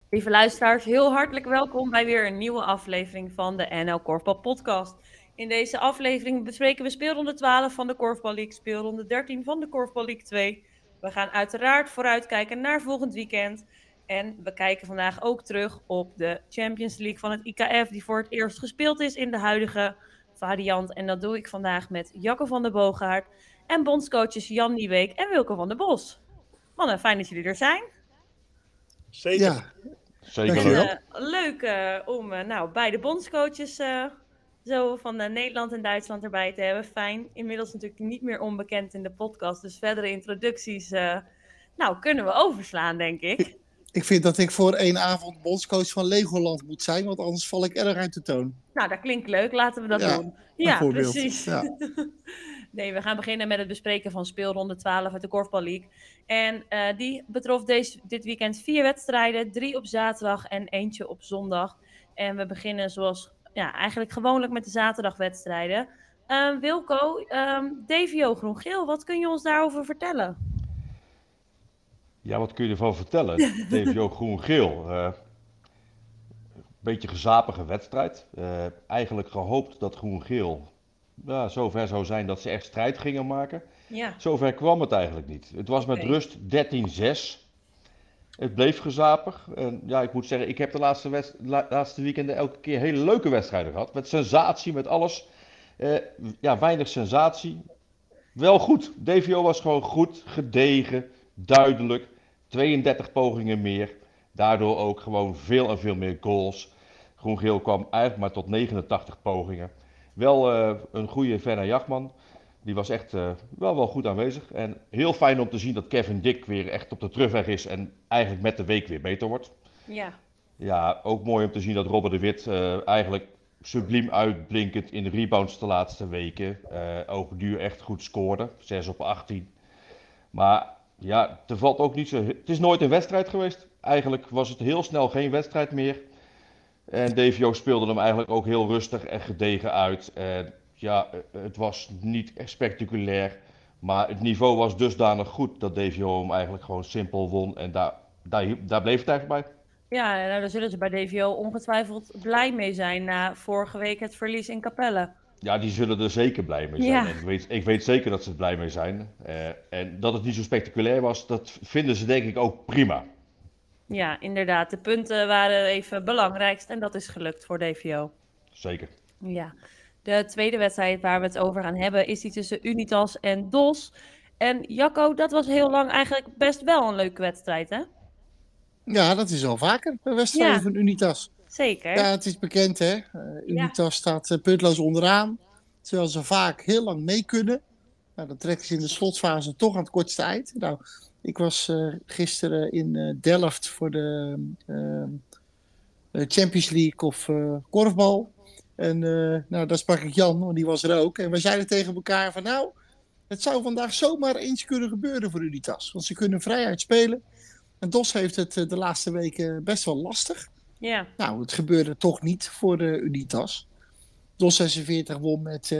Lieve luisteraars, heel hartelijk welkom bij weer een nieuwe aflevering van de NL Korfbal Podcast. In deze aflevering bespreken we speelronde 12 van de Korfbal League, speelronde 13 van de Korfbal League 2. We gaan uiteraard vooruitkijken naar volgend weekend. En we kijken vandaag ook terug op de Champions League van het IKF, die voor het eerst gespeeld is in de huidige variant. En dat doe ik vandaag met Jacco van der Boogaard en bondscoaches Jan Niebeek en Wilco van der Bos. Mannen, fijn dat jullie er zijn. Zeker. Ja, Zeker dankjewel. leuk. Leuk om beide bondscoaches zo van Nederland en Duitsland erbij te hebben. Fijn. Inmiddels natuurlijk niet meer onbekend in de podcast. Dus verdere introducties kunnen we overslaan, denk ik. Ik vind dat ik voor 1 avond bondscoach van Legoland moet zijn, want anders val ik erg uit de toon. Nou, dat klinkt leuk. Laten we dat doen. Ja, bijvoorbeeld. precies. Ja. Nee, we gaan beginnen met het bespreken van speelronde 12 uit de Korfbal League. En die betrof dit weekend 4 wedstrijden. 3 op zaterdag en eentje op zondag. En we beginnen zoals eigenlijk gewoonlijk met de zaterdagwedstrijden. Wilco, DVO Groen-Geel, wat kun je ons daarover vertellen? Ja, wat kun je ervan vertellen? DVO Groen-Geel. Beetje gezapige wedstrijd. Eigenlijk gehoopt dat Groen-Geel zover zou zijn dat ze echt strijd gingen maken. Ja, Zover kwam het eigenlijk niet. Het was met Oké. rust 13-6. Het bleef gezapig. En ja, ik moet zeggen, ik heb de laatste weekenden elke keer hele leuke wedstrijden gehad. Met sensatie, met alles. Weinig sensatie. Wel goed. DVO was gewoon goed, gedegen, duidelijk. 32 pogingen meer. Daardoor ook gewoon veel en veel meer goals. Groen-Geel kwam eigenlijk maar tot 89 pogingen. Wel een goede Verna Jachman. Die was echt wel goed aanwezig. En heel fijn om te zien dat Kevin Dick weer echt op de terugweg is. En eigenlijk met de week weer beter wordt. Ja, Ja, ook mooi om te zien dat Robert de Wit eigenlijk subliem uitblinkend in de rebounds de laatste weken. Ook nu echt goed scoorde. 6 op 18. Maar ja, er valt ook niet zo. Het is nooit een wedstrijd geweest. Eigenlijk was het heel snel geen wedstrijd meer. En DVO speelde hem eigenlijk ook heel rustig en gedegen uit. En ja, het was niet echt spectaculair. Maar het niveau was dusdanig goed dat DVO hem eigenlijk gewoon simpel won. En daar bleef het eigenlijk bij. ja, nou, daar zullen ze bij DVO ongetwijfeld blij mee zijn na vorige week het verlies in Capelle. Ja, die zullen er zeker blij mee zijn. Ja. En ik weet zeker dat ze er blij mee zijn. En dat het niet zo spectaculair was, dat vinden ze denk ik ook prima. Ja, inderdaad. De punten waren even belangrijkst en dat is gelukt voor DVO. Zeker. Ja. De tweede wedstrijd waar we het over gaan hebben is die tussen Unitas en DOS. En Jacco, dat was heel lang eigenlijk best wel een leuke wedstrijd, hè? Ja, dat is al vaker bij wedstrijden Ja. van Unitas. Zeker. Ja, het is bekend hè. Unitas staat puntloos onderaan, terwijl ze vaak heel lang mee kunnen. Nou, dan trekken ze in de slotfase toch aan het kortste eind. Nou, ik was gisteren in Delft voor de Champions League of korfbal. En daar sprak ik Jan, want die was er ook. En we zeiden tegen elkaar van nou, het zou vandaag zomaar eens kunnen gebeuren voor Unitas. Want ze kunnen vrijuit spelen. En DOS heeft het de laatste weken best wel lastig. Ja. Nou, het gebeurde toch niet voor de Unitas. DOS 46 won met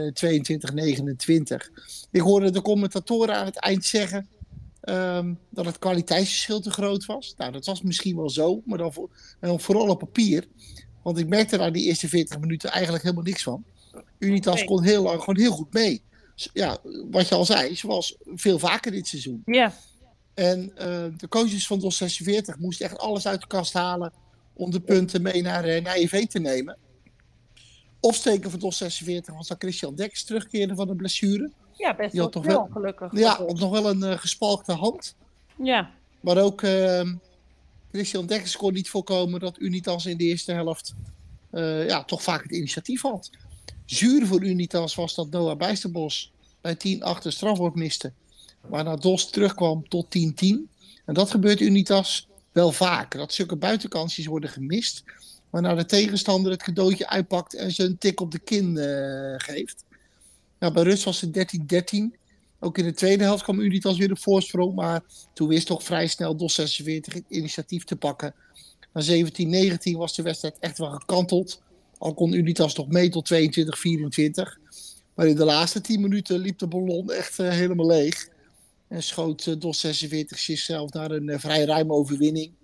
22-29. Ik hoorde de commentatoren aan het eind zeggen dat het kwaliteitsverschil te groot was. Nou, dat was misschien wel zo, maar dan vooral op papier. Want ik merkte daar die eerste 40 minuten eigenlijk helemaal niks van. Unitas Nee. kon heel lang gewoon heel goed mee. Ja, wat je al zei, zoals veel vaker dit seizoen. Ja. En de coaches van DOS 46 moesten echt alles uit de kast halen om de punten mee naar EV te nemen. Opsteken van DOS 46 was dat Christian Dex terugkeerde van een blessure. Ja, best Die wel had toch snel, wel- gelukkig. Ja, had nog wel een gespalkte hand. Ja. Maar ook Christian Dex kon niet voorkomen dat Unitas in de eerste helft toch vaak het initiatief had. Zuur voor Unitas was dat Noah Bijsterbos bij 10-8 een strafwoord miste. Waarna DOS terugkwam tot 10-10. En dat gebeurt Unitas wel vaker. Dat zulke buitenkansjes worden gemist. Waarna de tegenstander het cadeautje uitpakt en ze een tik op de kin geeft. Nou, bij rust was het 13-13. Ook in de tweede helft kwam Unitas weer op voorsprong. Maar toen wist toch vrij snel DOS 46 het initiatief te pakken. Na 17-19 was de wedstrijd echt wel gekanteld. Al kon Unitas nog mee tot 22-24. Maar in de laatste 10 minuten liep de ballon echt helemaal leeg. En schoot DOS 46 zichzelf naar een vrij ruime overwinning.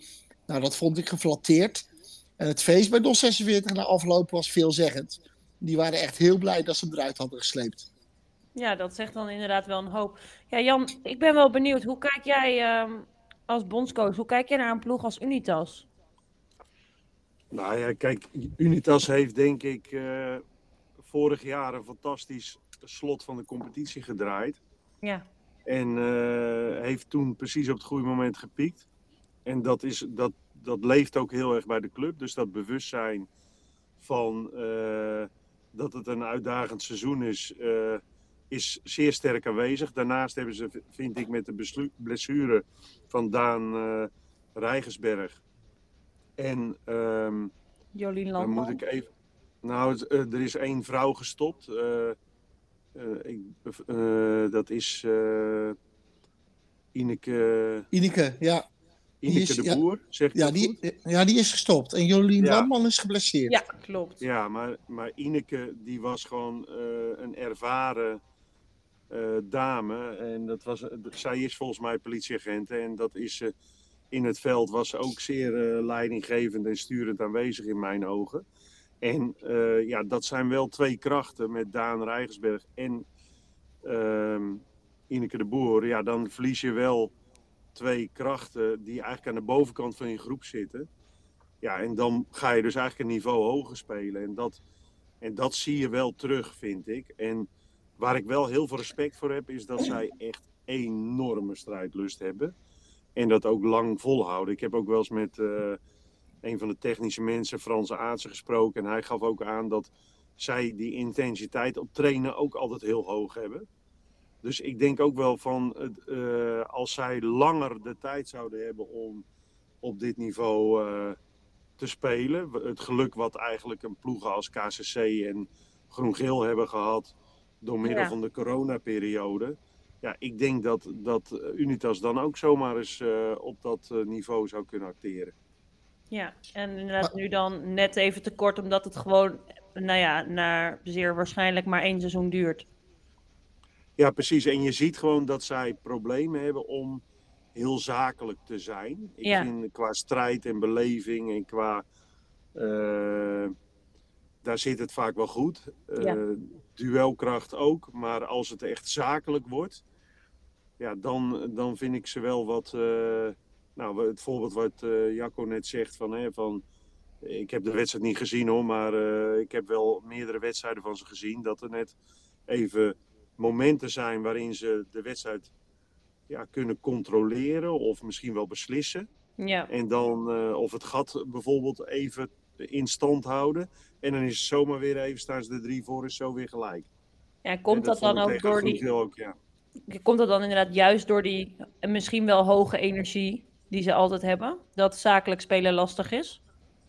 Nou, dat vond ik geflatteerd. En het feest bij DOS 46 na afloop was veelzeggend. Die waren echt heel blij dat ze hem eruit hadden gesleept. Ja, dat zegt dan inderdaad wel een hoop. Ja, Jan, ik ben wel benieuwd. Hoe kijk jij als bondscoach, hoe kijk jij naar een ploeg als Unitas? Nou ja, kijk, Unitas heeft denk ik vorig jaar een fantastisch slot van de competitie gedraaid. Ja, En heeft toen precies op het goede moment gepiekt. En dat leeft ook heel erg bij de club. Dus dat bewustzijn van dat het een uitdagend seizoen is zeer sterk aanwezig. Daarnaast hebben ze, vind ik, met de blessure van Daan Rijgersberg. En Jolien dan moet Landman. ik even... Nou, er is 1 vrouw gestopt. Dat is Ineke Ineke, die is- de Boer, zeg ik ja, dat goed? die is gestopt. En Jolien Ja. Landman is geblesseerd. Ja, klopt. Ja, maar Ineke die was gewoon een ervaren dame. En zij is volgens mij politieagent. En dat is in het veld was ze ook zeer leidinggevend en sturend aanwezig in mijn ogen. En ja, dat zijn wel 2 krachten met Daan Rijgersberg en Ineke de Boer. Ja, dan verlies je wel 2 krachten die eigenlijk aan de bovenkant van je groep zitten. Ja, en dan ga je dus eigenlijk een niveau hoger spelen. En dat zie je wel terug, vind ik. En waar ik wel heel veel respect voor heb, is dat zij echt enorme strijdlust hebben. En dat ook lang volhouden. Ik heb ook wel eens met een van de technische mensen, Frans Aartsen, gesproken. En hij gaf ook aan dat zij die intensiteit op trainen ook altijd heel hoog hebben. Dus ik denk ook wel van, als zij langer de tijd zouden hebben om op dit niveau te spelen. Het geluk wat eigenlijk een ploegen als KCC en Groen-Geel hebben gehad door middel van de coronaperiode. Ja, ik denk dat Unitas dan ook zomaar eens op dat niveau zou kunnen acteren. Ja, en inderdaad nu dan net even te kort, omdat het gewoon, nou ja, naar zeer waarschijnlijk maar 1 seizoen duurt. Ja, precies. En je ziet gewoon dat zij problemen hebben om heel zakelijk te zijn. Ik vind qua strijd en beleving en qua... daar zit het vaak wel goed. Duelkracht ook. Maar als het echt zakelijk wordt, ja, dan vind ik ze wel wat... nou, het voorbeeld wat Jacco net zegt van... Ik heb de wedstrijd niet gezien hoor, maar ik heb wel meerdere wedstrijden van ze gezien. Dat er net even momenten zijn waarin ze de wedstrijd kunnen controleren of misschien wel beslissen. Ja. En dan of het gat bijvoorbeeld even in stand houden. En dan is het zomaar weer even, staan ze er 3 voor, is zo weer gelijk. Ja, komt dat dan ook door die... Ook, ja. Komt dat dan inderdaad juist door die misschien wel hoge energie die ze altijd hebben? Dat zakelijk spelen lastig is?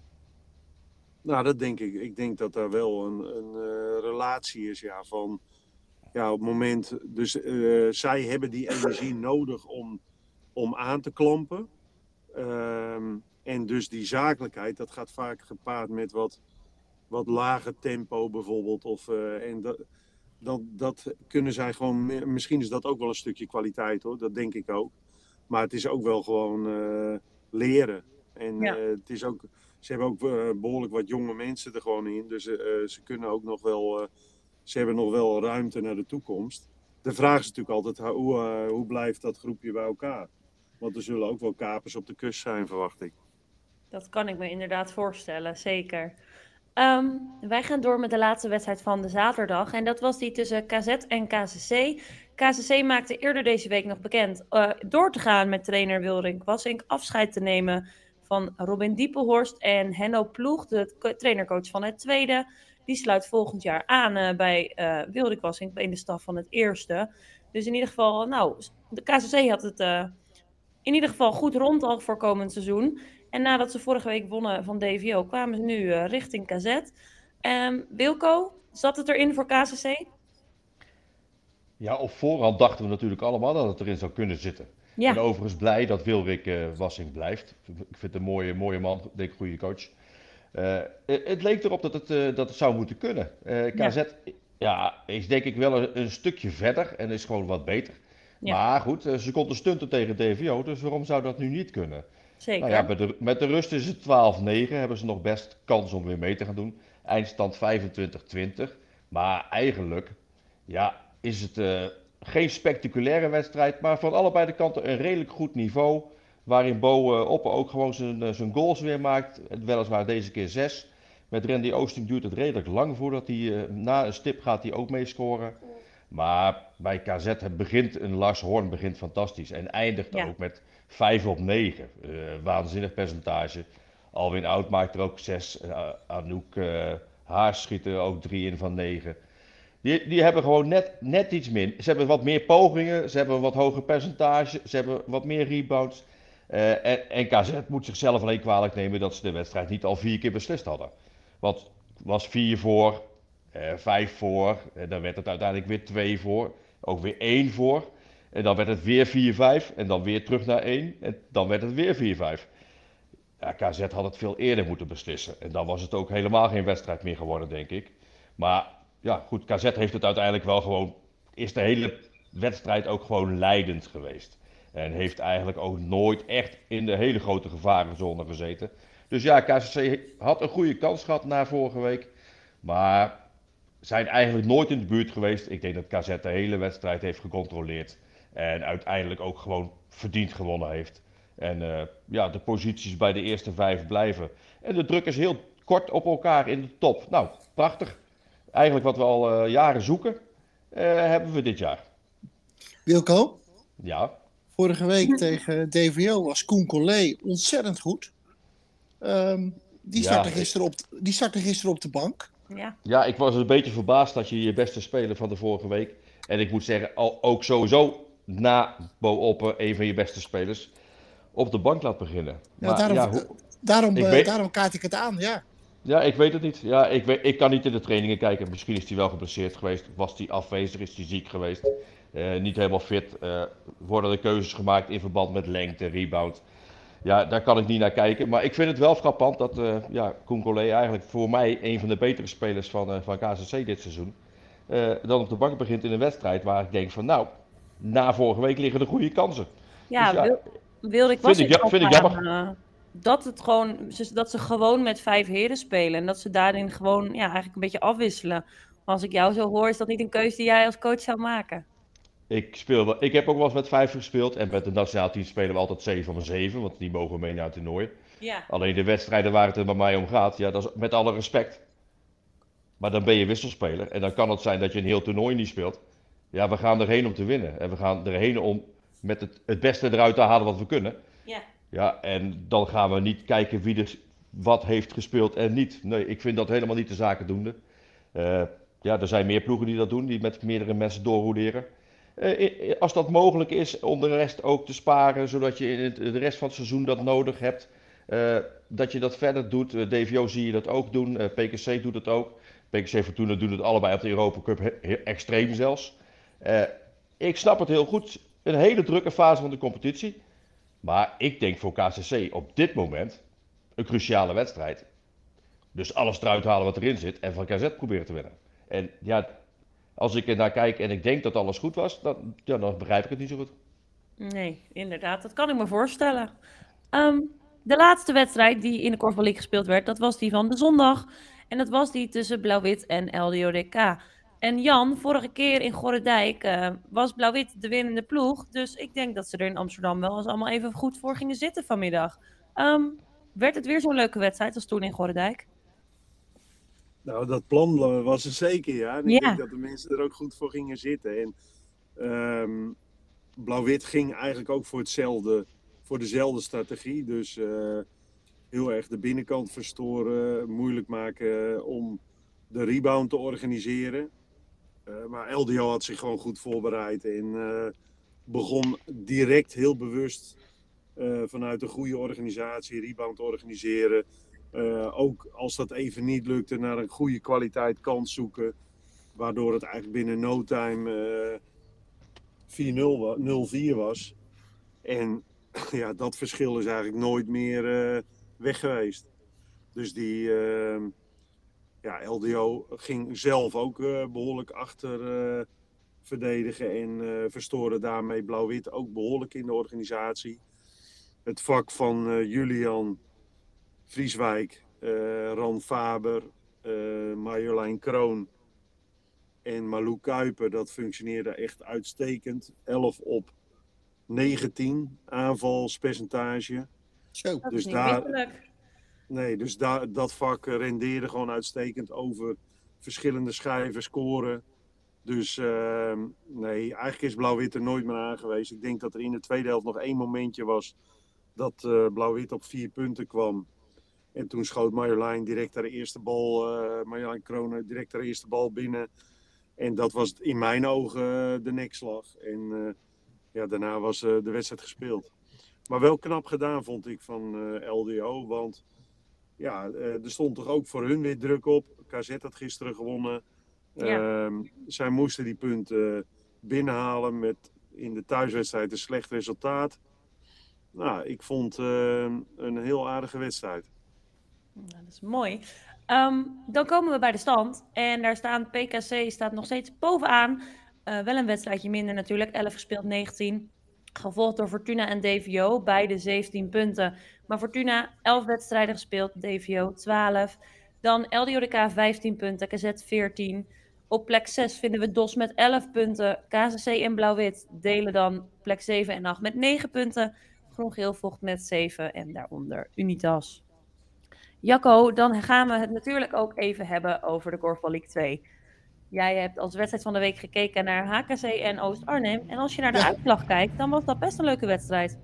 Nou, dat denk ik. Ik denk dat daar wel een relatie is, ja, van... Ja, op het moment... Dus zij hebben die energie nodig om aan te klampen. En dus die zakelijkheid, dat gaat vaak gepaard met wat lager tempo bijvoorbeeld. En dat kunnen zij gewoon... Misschien is dat ook wel een stukje kwaliteit hoor, dat denk ik ook. Maar het is ook wel gewoon leren. En het is ook... Ze hebben ook behoorlijk wat jonge mensen er gewoon in. Dus ze kunnen ook nog wel... ze hebben nog wel ruimte naar de toekomst. De vraag is natuurlijk altijd, hoe blijft dat groepje bij elkaar? Want er zullen ook wel kapers op de kust zijn, verwacht ik. Dat kan ik me inderdaad voorstellen, zeker. Wij gaan door met de laatste wedstrijd van de zaterdag. En dat was die tussen KZ en KCC. KCC maakte eerder deze week nog bekend door te gaan met trainer Wilrink Wassink. Afscheid te nemen van Robin Diepelhorst en Henno Ploeg, de trainercoach van het tweede. Die sluit volgend jaar aan bij Wilrink Wassink in de staf van het eerste. Dus in ieder geval, nou, de KCC had het in ieder geval goed rond al voor komend seizoen. En nadat ze vorige week wonnen van DVO, kwamen ze nu richting KZ. Wilco, zat het erin voor KCC? Ja, op voorhand dachten we natuurlijk allemaal dat het erin zou kunnen zitten. Ja. En overigens blij dat Wilrik Wassink blijft. Ik vind het een mooie man, denk ik, goede coach. Het leek erop dat het zou moeten kunnen. KZ is denk ik wel een stukje verder en is gewoon wat beter. Ja. Maar goed, ze konden stunten tegen DVO, dus waarom zou dat nu niet kunnen? Zeker. Nou ja, met de rust is het 12-9. Hebben ze nog best kans om weer mee te gaan doen. Eindstand 25-20. Maar eigenlijk ja, is het geen spectaculaire wedstrijd. Maar van allebei de kanten een redelijk goed niveau. Waarin Bo Oppe ook gewoon zijn goals weer maakt. Weliswaar deze keer 6. Met Randy Oosting duurt het redelijk lang voordat hij na een stip gaat hij ook meescoren. Maar bij KZ begint een Lars Horn begint fantastisch. En eindigt Ja. ook met 5 op 9. Waanzinnig percentage. Alwin Oud maakt er ook 6. Anouk Haars schiet er ook 3 in van 9. Die hebben gewoon net iets min. Ze hebben wat meer pogingen. Ze hebben een wat hoger percentage. Ze hebben wat meer rebounds. En KZ moet zichzelf alleen kwalijk nemen dat ze de wedstrijd niet al 4 keer beslist hadden. Want het was 4 voor, 5 voor. Dan werd het uiteindelijk weer 2 voor. Ook weer 1 voor. En dan werd het weer 4-5. En dan weer terug naar 1. En dan werd het weer 4-5. Ja, KZ had het veel eerder moeten beslissen. En dan was het ook helemaal geen wedstrijd meer geworden, denk ik. Maar ja, goed, KZ heeft het uiteindelijk wel gewoon... Is de hele wedstrijd ook gewoon leidend geweest. En heeft eigenlijk ook nooit echt in de hele grote gevarenzone gezeten. Dus ja, KZC had een goede kans gehad na vorige week. Maar zijn eigenlijk nooit in de buurt geweest. Ik denk dat KZ de hele wedstrijd heeft gecontroleerd. En uiteindelijk ook gewoon verdiend gewonnen heeft. En ja, de posities bij de eerste 5 blijven. En de druk is heel kort op elkaar in de top. Nou, prachtig. Eigenlijk wat we al jaren zoeken, hebben we dit jaar. Wilco, Ja, vorige week tegen DVO was Koen Collé ontzettend goed. Die startte gisteren op de bank. Ja. ja, ik was een beetje verbaasd dat je beste speler van de vorige week. En ik moet zeggen, ook sowieso na Bo Oppe, een van je beste spelers, op de bank laat beginnen. Ja, Maar daarom kaart ik het aan, ja. ja, ik weet het niet. Ja, ik kan niet in de trainingen kijken. Misschien is hij wel geblesseerd geweest. Was hij afwezig? Is hij ziek geweest? Niet helemaal fit. Worden er keuzes gemaakt in verband met lengte, rebound? Ja, daar kan ik niet naar kijken. Maar ik vind het wel frappant dat ja, Koen Collé eigenlijk voor mij een van de betere spelers van KZC dit seizoen. Dan op de bank begint in een wedstrijd waar ik denk van nou, na vorige week liggen er goede kansen. Ja, Dus ja, Wilde ik vind ik jammer. Dat ze gewoon met 5 heren spelen. En dat ze daarin gewoon eigenlijk een beetje afwisselen. Maar als ik jou zo hoor, is dat niet een keuze die jij als coach zou maken? Ik heb ook wel eens met 5 gespeeld. En met het nationaal team spelen we altijd 7 van 7. Want die mogen mee naar het toernooi. Ja. Alleen de wedstrijden waar het er bij mij om gaat, ja, dat is met alle respect. Maar dan ben je wisselspeler. En dan kan het zijn dat je een heel toernooi niet speelt. Ja, we gaan erheen om te winnen. En we gaan erheen om met het beste eruit te halen wat we kunnen. Ja. Ja, en dan gaan we niet kijken wie er wat heeft gespeeld en niet. Nee, ik vind dat helemaal niet de zaken doende. Ja, er zijn meer ploegen die dat doen, die met meerdere mensen doorroderen. Als dat mogelijk is, om de rest ook te sparen, zodat je in de rest van het seizoen dat nodig hebt, dat je dat verder doet. DVO zie je dat ook doen, PKC doet het ook. PKC Fortuna doen het allebei op de Europa Cup, extreem zelfs. Ik snap het heel goed, een hele drukke fase van de competitie. Maar ik denk voor KCC op dit moment een cruciale wedstrijd. Dus alles eruit halen wat erin zit en van KZ proberen te winnen. En ja, als ik er naar kijk en ik denk dat alles goed was, dan begrijp ik het niet zo goed. Nee, inderdaad. Dat kan ik me voorstellen. De laatste wedstrijd die in de Korfbal League gespeeld werd, dat was die van de zondag. En dat was die tussen Blauw-Wit en LDODK. En Jan, vorige keer in Gorredijk was Blauw-Wit de winnende ploeg. Dus ik denk dat ze er in Amsterdam wel eens allemaal even goed voor gingen zitten vanmiddag. Werd het weer zo'n leuke wedstrijd als toen in Gorredijk? Nou, dat plan was er zeker, ja. En ik Ja. denk dat de mensen er ook goed voor gingen zitten. En Blauw-Wit ging eigenlijk ook voor dezelfde strategie. Dus heel erg de binnenkant verstoren, moeilijk maken om de rebound te organiseren. Maar LDO had zich gewoon goed voorbereid en begon direct heel bewust vanuit een goede organisatie rebound te organiseren. Ook als dat even niet lukte, naar een goede kwaliteit kans zoeken. Waardoor het eigenlijk binnen no time 0-4 was. En ja, dat verschil is eigenlijk nooit meer weg geweest. Dus LDO ging zelf ook behoorlijk achter verdedigen en verstoren daarmee Blauw-Wit ook behoorlijk in de organisatie. het vak van Julian Vrieswijk, Ran Faber, Marjolein Kroon en Malou Kuiper, dat functioneerde echt uitstekend. 11 op 19 aanvalspercentage. Zo. Dat Dus is niet daar- misselijk. Nee, dus dat vak rendeerde gewoon uitstekend over verschillende schijven, scoren. Dus nee, eigenlijk is Blauw-Wit er nooit meer aan geweest. Ik denk dat er in de tweede helft nog 1 momentje was dat Blauw-Wit op 4 punten kwam. En toen schoot Marjolein direct haar eerste bal, Marjolein Kroon direct haar eerste bal binnen. En dat was in mijn ogen de nekslag. En ja, daarna was de wedstrijd gespeeld. Maar wel knap gedaan vond ik van LDO. Want ja, er stond toch ook voor hun weer druk op. KZ had gisteren gewonnen. Ja. Zij moesten die punten binnenhalen met in de thuiswedstrijd een slecht resultaat. Nou, ik vond een heel aardige wedstrijd. Nou, dat is mooi. Dan komen we bij de stand. En daar staan PKC staat nog steeds bovenaan. Wel een wedstrijdje minder natuurlijk. 11 gespeeld, 19. Gevolgd door Fortuna en DVO. Beide 17 punten. Maar Fortuna 11 wedstrijden gespeeld. DVO 12. Dan LDODK 15 punten. KZ 14. Op plek 6 vinden we DOS met 11 punten. KZC en Blauw-Wit delen dan plek 7 en 8 met 9 punten. Groen-Geel volgt met 7. En daaronder Unitas. Jacco, dan gaan we het natuurlijk ook even hebben over de Korfbal League 2. Jij hebt als wedstrijd van de week gekeken naar HKC en Oost-Arnhem. En als je naar de uitslag kijkt, dan was dat best een leuke wedstrijd.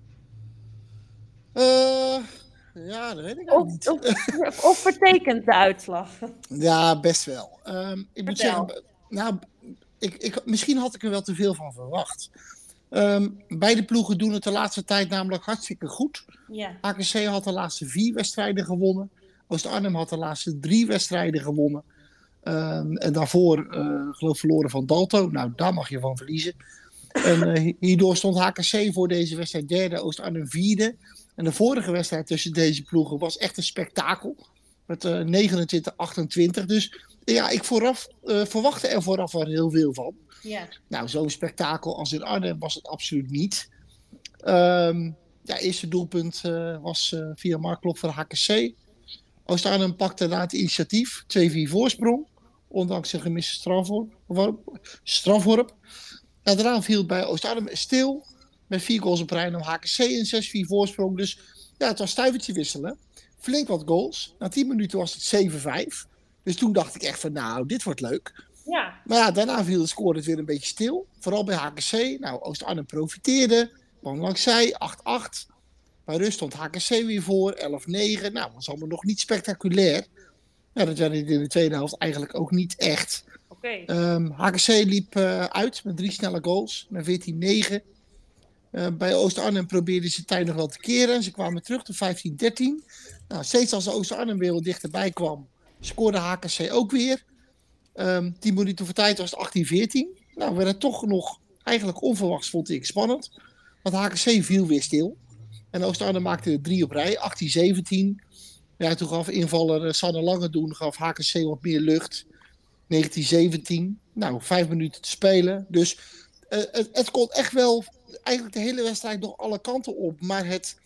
Ja, dat weet ik ook niet. Of vertekent de uitslag? Ja, best wel. Ik moet Vertel. zeggen, nou, misschien had ik er wel te veel van verwacht. Beide ploegen doen het de laatste tijd namelijk hartstikke goed. Ja. HKC had de laatste 4 wedstrijden gewonnen. Oost-Arnhem had de laatste 3 wedstrijden gewonnen. En daarvoor, geloof ik, verloren van Dalto. Nou, daar mag je van verliezen. En hierdoor stond HKC voor deze wedstrijd derde, Oost-Arnhem vierde. En de vorige wedstrijd tussen deze ploegen was echt een spektakel. Met 29-28. Dus ja, ik verwachtte er vooraf wel heel veel van. Ja. Nou, zo'n spektakel als in Arnhem was het absoluut niet. Ja, eerste doelpunt was via Mark Klop voor HKC. Oost-Arnhem pakte na het initiatief 2-4 voorsprong. Ondanks een gemiste strafworp. En daarna viel het bij Oost-Arnhem stil. Met 4 goals op rij om HKC en 6-4 voorsprong. Dus ja, het was stuivertje wisselen. Flink wat goals. Na 10 minuten was het 7-5. Dus toen dacht ik echt van nou, dit wordt leuk. Ja. Maar ja, daarna viel het score weer een beetje stil. Vooral bij HKC. Nou, Oost-Arnhem profiteerde. Kwam langs zij, 8-8. Bij rust stond HKC weer voor, 11-9. Nou, dat was allemaal nog niet spectaculair. Ja, dat werd in de tweede helft eigenlijk ook niet echt. Oké. HKC liep uit met 3 snelle goals. Met 14-9. Bij Oost-Arnhem probeerden ze de tijd nog wel te keren. En ze kwamen terug tot 15-13. Nou, steeds als Oost-Arnhem weer wat dichterbij kwam, scoorde HKC ook weer. 10 minuten voor tijd was het 18-14. Nou, werd het toch nog eigenlijk onverwachts, vond ik, spannend. Want HKC viel weer stil. En Oost-Arnhem maakte er 3 op rij, 18-17. Ja, toen gaf invaller Sanne Langedoen gaf HKC wat meer lucht. 19-17. Nou, 5 minuten te spelen. Dus het kon echt wel eigenlijk de hele wedstrijd nog alle kanten op. Maar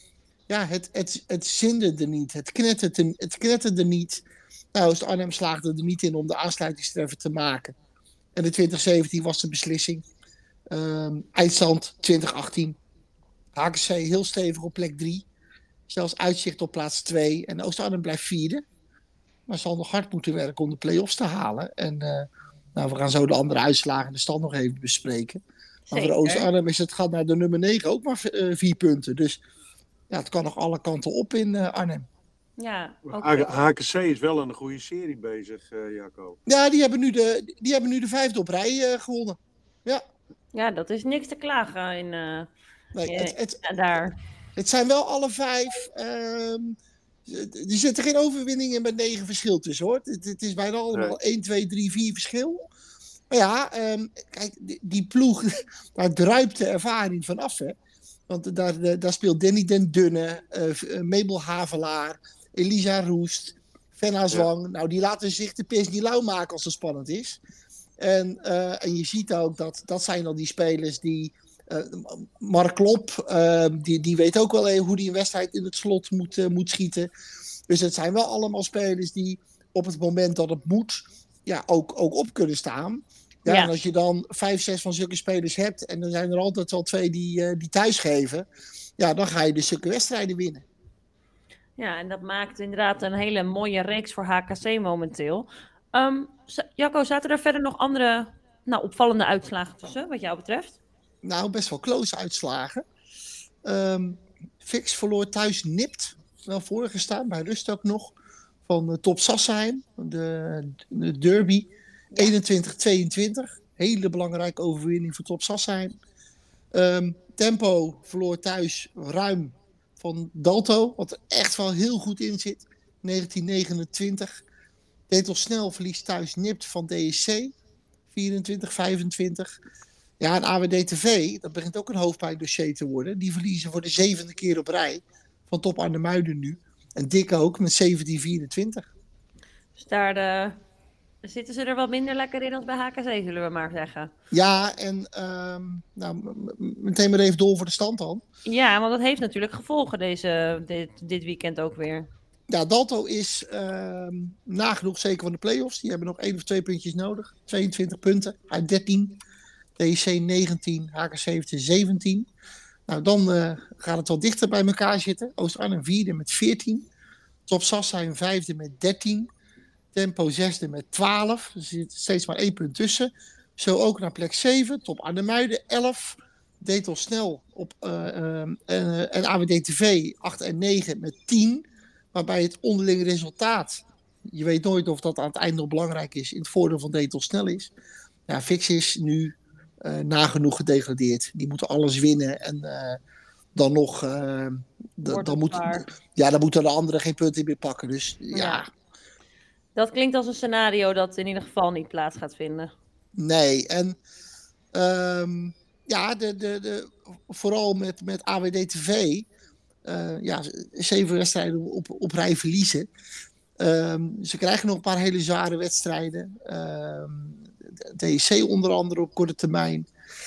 het zinde er niet. Het knetterde niet. Nou, Oost-Arnhem slaagde er niet in om de aansluitingstreffer te maken. En de 2017 was de beslissing. Eindstand 2018. HKC heel stevig op plek 3. Zelfs uitzicht op plaats 2. En Oost-Arnhem blijft vierde. Maar zal nog hard moeten werken om de play-offs te halen. En nou, we gaan zo de andere uitslagen en de stand nog even bespreken. Maar Zeker. voor Oost-Arnhem gaat naar de nummer 9 ook maar 4 punten. Dus ja, het kan nog alle kanten op in Arnhem. Ja, oké. HKC is wel een goede serie bezig, Jacco. Ja, die hebben nu de 5e op rij gewonnen. Ja, Ja, dat is niks te klagen in nee, daar. het zijn wel alle 5. Er zitten geen overwinning in met 9 verschil tussen, hoor. Het is bijna allemaal 1, 2, 3, 4 verschil. Maar ja, kijk, die ploeg, daar druipt de ervaring van af, hè. Want daar speelt Danny Den Dunne, Mabel Havelaar, Elisa Roest, Fenna Zwang. Nou, die laten zich de pis niet lauw maken als het spannend is. En je ziet ook dat zijn al die spelers die Mark Klop, die weet ook wel hoe hij een wedstrijd in het slot moet schieten. Dus het zijn wel allemaal spelers die op het moment dat het moet, ook op kunnen staan. Ja, Ja. En als je dan 5, 6 van zulke spelers hebt, en dan zijn er altijd wel 2 die thuis geven, dan ga je dus zulke wedstrijden winnen. Ja, en dat maakt inderdaad een hele mooie reeks voor HKC momenteel. Jacco, zaten er verder nog andere opvallende uitslagen tussen, wat jou betreft? Nou, best wel close uitslagen. Fix verloor thuis nipt. Wel voorgestaan, bij rust ook nog. Van Top Sassheim, de derby. 21-22. Hele belangrijke overwinning voor Top Sassheim. Tempo verloor thuis ruim van Dalto. Wat er echt wel heel goed in zit. 1929. Detel Snel verliest thuis nipt van DSC. 24-25. Ja, en AWD-TV, dat begint ook een hoofdpijndossier te worden. Die verliezen voor de 7e keer op rij van Top Arnhemuiden nu. En Dikke ook met 17-24. Dus daar zitten ze er wat minder lekker in als bij HKC, zullen we maar zeggen. Ja, en meteen maar even door voor de stand dan. Ja, want dat heeft natuurlijk gevolgen dit weekend ook weer. Ja, Dalto is nagenoeg zeker van de play-offs. Die hebben nog 1 of 2 puntjes nodig. 22 punten uit 13. DSC 19, HKC 17. Nou, dan gaat het wel dichter bij elkaar zitten. Oost-Arnhem 4e met 14. Top Sassheim 5e met 13. Tempo 6e met 12. Er zit steeds maar 1 punt tussen. Zo ook naar plek 7. Top Arnhemuiden 11. Detel Snel en AWD-TV 8 en 9 met 10. Waarbij het onderlinge resultaat, je weet nooit of dat aan het einde nog belangrijk is, in het voordeel van Detel Snel is. Ja, Fix is nu nagenoeg gedegradeerd. Die moeten alles winnen en dan nog dan moeten de anderen geen punten meer pakken. Dus ja. Dat klinkt als een scenario dat in ieder geval niet plaats gaat vinden. Nee, en vooral met AWD-TV 7 wedstrijden op rij verliezen. Ze krijgen nog een paar hele zware wedstrijden. DSC onder andere op korte termijn.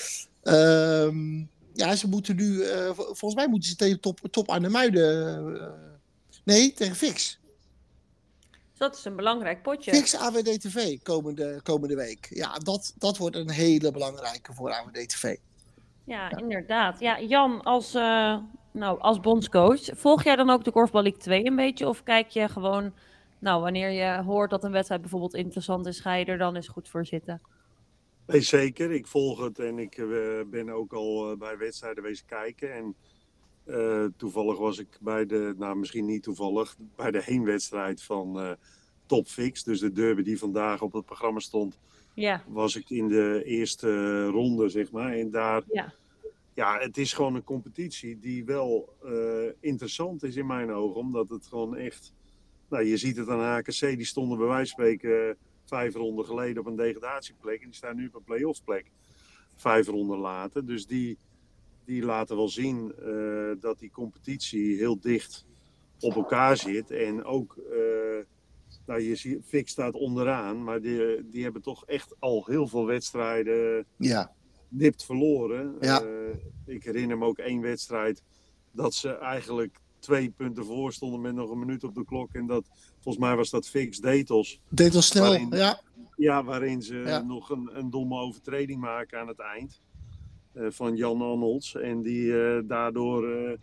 Ze moeten nu, volgens mij moeten ze tegen Top Arnhemuiden. Tegen Fix. Dus dat is een belangrijk potje. Fix AWD-TV komende week. Ja, dat wordt een hele belangrijke voor AWD-TV. Ja, inderdaad. Ja, Jan, als bondscoach, volg jij dan ook de Korfbal League 2 een beetje? Of kijk je gewoon, wanneer je hoort dat een wedstrijd bijvoorbeeld interessant is, ga je er dan eens goed voor zitten? Nee, zeker. Ik volg het en ik ben ook al bij wedstrijden wezen kijken. En toevallig was ik misschien niet toevallig, bij de heenwedstrijd van Top Fix. Dus de derby die vandaag op het programma stond, was ik in de eerste ronde, zeg maar. En daar, het is gewoon een competitie die wel interessant is in mijn ogen. Omdat het gewoon echt, je ziet het aan HKC, die stonden bij wijze van spreken 5 ronden geleden op een degradatieplek. En die staan nu op een play-off plek 5 ronden later. Dus die laten wel zien dat die competitie heel dicht op elkaar zit. En ook, je ziet, Fix staat onderaan, maar die hebben toch echt al heel veel wedstrijden nipt verloren. Ja. Ik herinner me ook 1 wedstrijd dat ze eigenlijk 2 punten voor stonden met nog een minuut op de klok. En volgens mij was dat Fix Detels. Detels Snel, waarin ze nog een domme overtreding maken aan het eind. Van Jan Arnolds. En die daardoor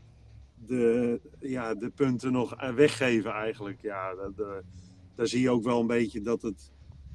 de punten nog weggeven eigenlijk. Ja, daar zie je ook wel een beetje dat het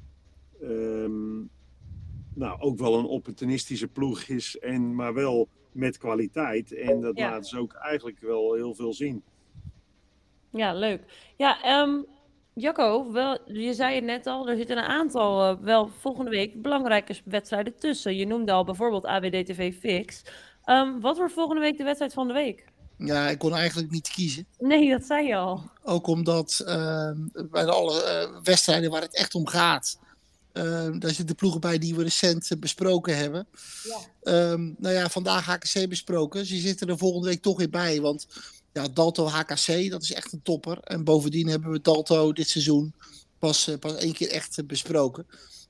ook wel een opportunistische ploeg is. Maar wel met kwaliteit. En dat laten ze ook eigenlijk wel heel veel zien. Ja, leuk. Ja, Jacco, je zei het net al, er zitten een aantal wel volgende week belangrijke wedstrijden tussen. Je noemde al bijvoorbeeld AWD-TV Fix. Wat wordt volgende week de wedstrijd van de week? Ja, ik kon eigenlijk niet kiezen. Nee, dat zei je al. Ook omdat bij alle wedstrijden waar het echt om gaat, daar zitten ploegen bij die we recent besproken hebben. Ja. Vandaag HKC besproken. Ze zitten er volgende week toch weer bij, want Dalto HKC, dat is echt een topper. En bovendien hebben we Dalto dit seizoen pas 1 keer echt besproken.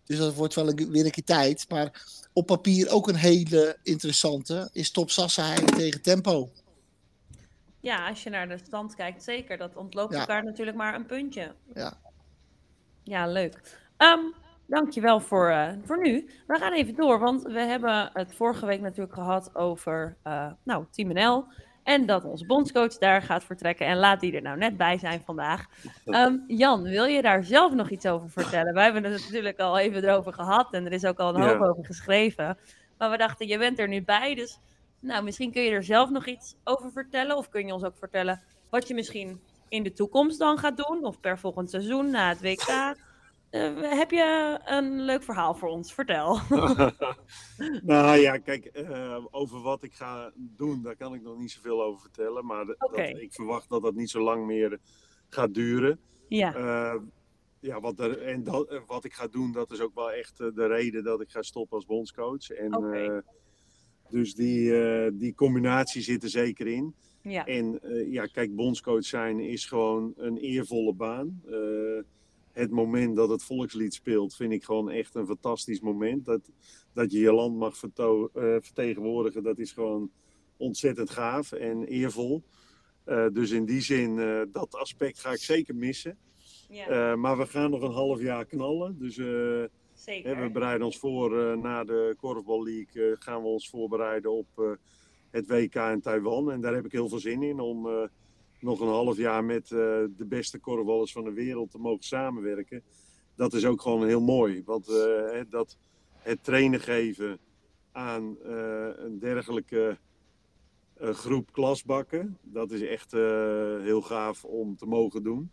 Dus dat wordt wel weer een keer tijd. Maar op papier ook een hele interessante is Top Sassenheim tegen Tempo. Ja, als je naar de stand kijkt, zeker. Dat ontloopt Ja. elkaar natuurlijk maar een puntje. Ja. Ja, leuk. Dankjewel voor nu. We gaan even door, want we hebben het vorige week natuurlijk gehad over Team NL. En dat onze bondscoach daar gaat vertrekken. En laat die er nou net bij zijn vandaag. Jan, wil je daar zelf nog iets over vertellen? Wij hebben het natuurlijk al even erover gehad. En er is ook al een hoop over geschreven. Maar we dachten, je bent er nu bij. Dus misschien kun je er zelf nog iets over vertellen. Of kun je ons ook vertellen wat je misschien in de toekomst dan gaat doen. Of per volgend seizoen na het WK. Heb je een leuk verhaal voor ons? Vertel. Nou ja, kijk, over wat ik ga doen, daar kan ik nog niet zoveel over vertellen. Maar ik verwacht dat dat niet zo lang meer gaat duren. Ja. Wat ik ga doen, dat is ook wel echt de reden dat ik ga stoppen als bondscoach. En dus die combinatie zit er zeker in. Ja. En kijk, bondscoach zijn is gewoon een eervolle baan. Het moment dat het volkslied speelt, vind ik gewoon echt een fantastisch moment. Dat je je land mag vertegenwoordigen, dat is gewoon ontzettend gaaf en eervol. Dus in die zin, dat aspect ga ik zeker missen. Ja. Maar we gaan nog een half jaar knallen. Dus Zeker. we bereiden ons voor na de Korfbal League. Gaan we ons voorbereiden op het WK in Taiwan. En daar heb ik heel veel zin in om nog een half jaar met de beste korfballers van de wereld te mogen samenwerken. Dat is ook gewoon heel mooi. Want dat het trainen geven aan een dergelijke groep klasbakken, dat is echt heel gaaf om te mogen doen.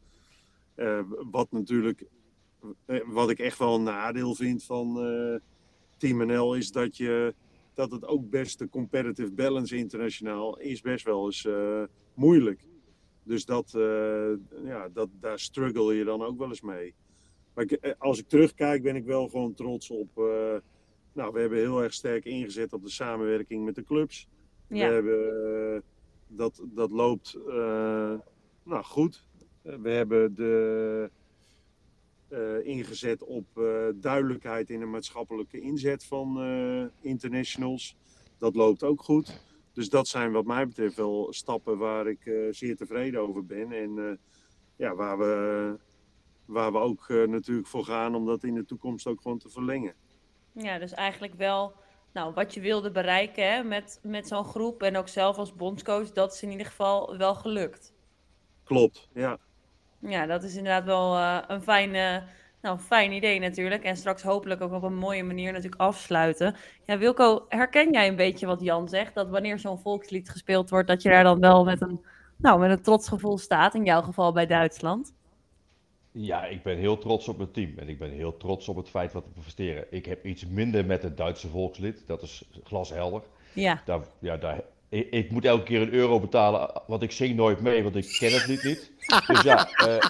Wat ik echt wel een nadeel vind van Team NL is dat het ook best de competitive balance internationaal is best wel eens moeilijk. Dus daar struggle je dan ook wel eens mee. Maar als ik terugkijk ben ik wel gewoon trots op. We hebben heel erg sterk ingezet op de samenwerking met de clubs. Ja. We hebben, dat loopt goed. We hebben ingezet op duidelijkheid in de maatschappelijke inzet van internationals. Dat loopt ook goed. Dus dat zijn wat mij betreft wel stappen waar ik zeer tevreden over ben. En waar we ook natuurlijk voor gaan om dat in de toekomst ook gewoon te verlengen. Ja, dus eigenlijk wel wat je wilde bereiken, hè, met zo'n groep en ook zelf als bondscoach, dat is in ieder geval wel gelukt. Klopt, ja. Ja, dat is inderdaad wel een fijn idee natuurlijk. En straks hopelijk ook op een mooie manier natuurlijk afsluiten. Ja, Wilco, herken jij een beetje wat Jan zegt? Dat wanneer zo'n volkslied gespeeld wordt, dat je daar dan wel met een trots gevoel staat. In jouw geval bij Duitsland. Ja, ik ben heel trots op mijn team. En ik ben heel trots op het feit wat we presteren. Ik heb iets minder met het Duitse volkslied. Dat is glashelder. Ja. Ik moet elke keer €1 betalen, want ik zing nooit mee, want ik ken het lied niet. Dus ja,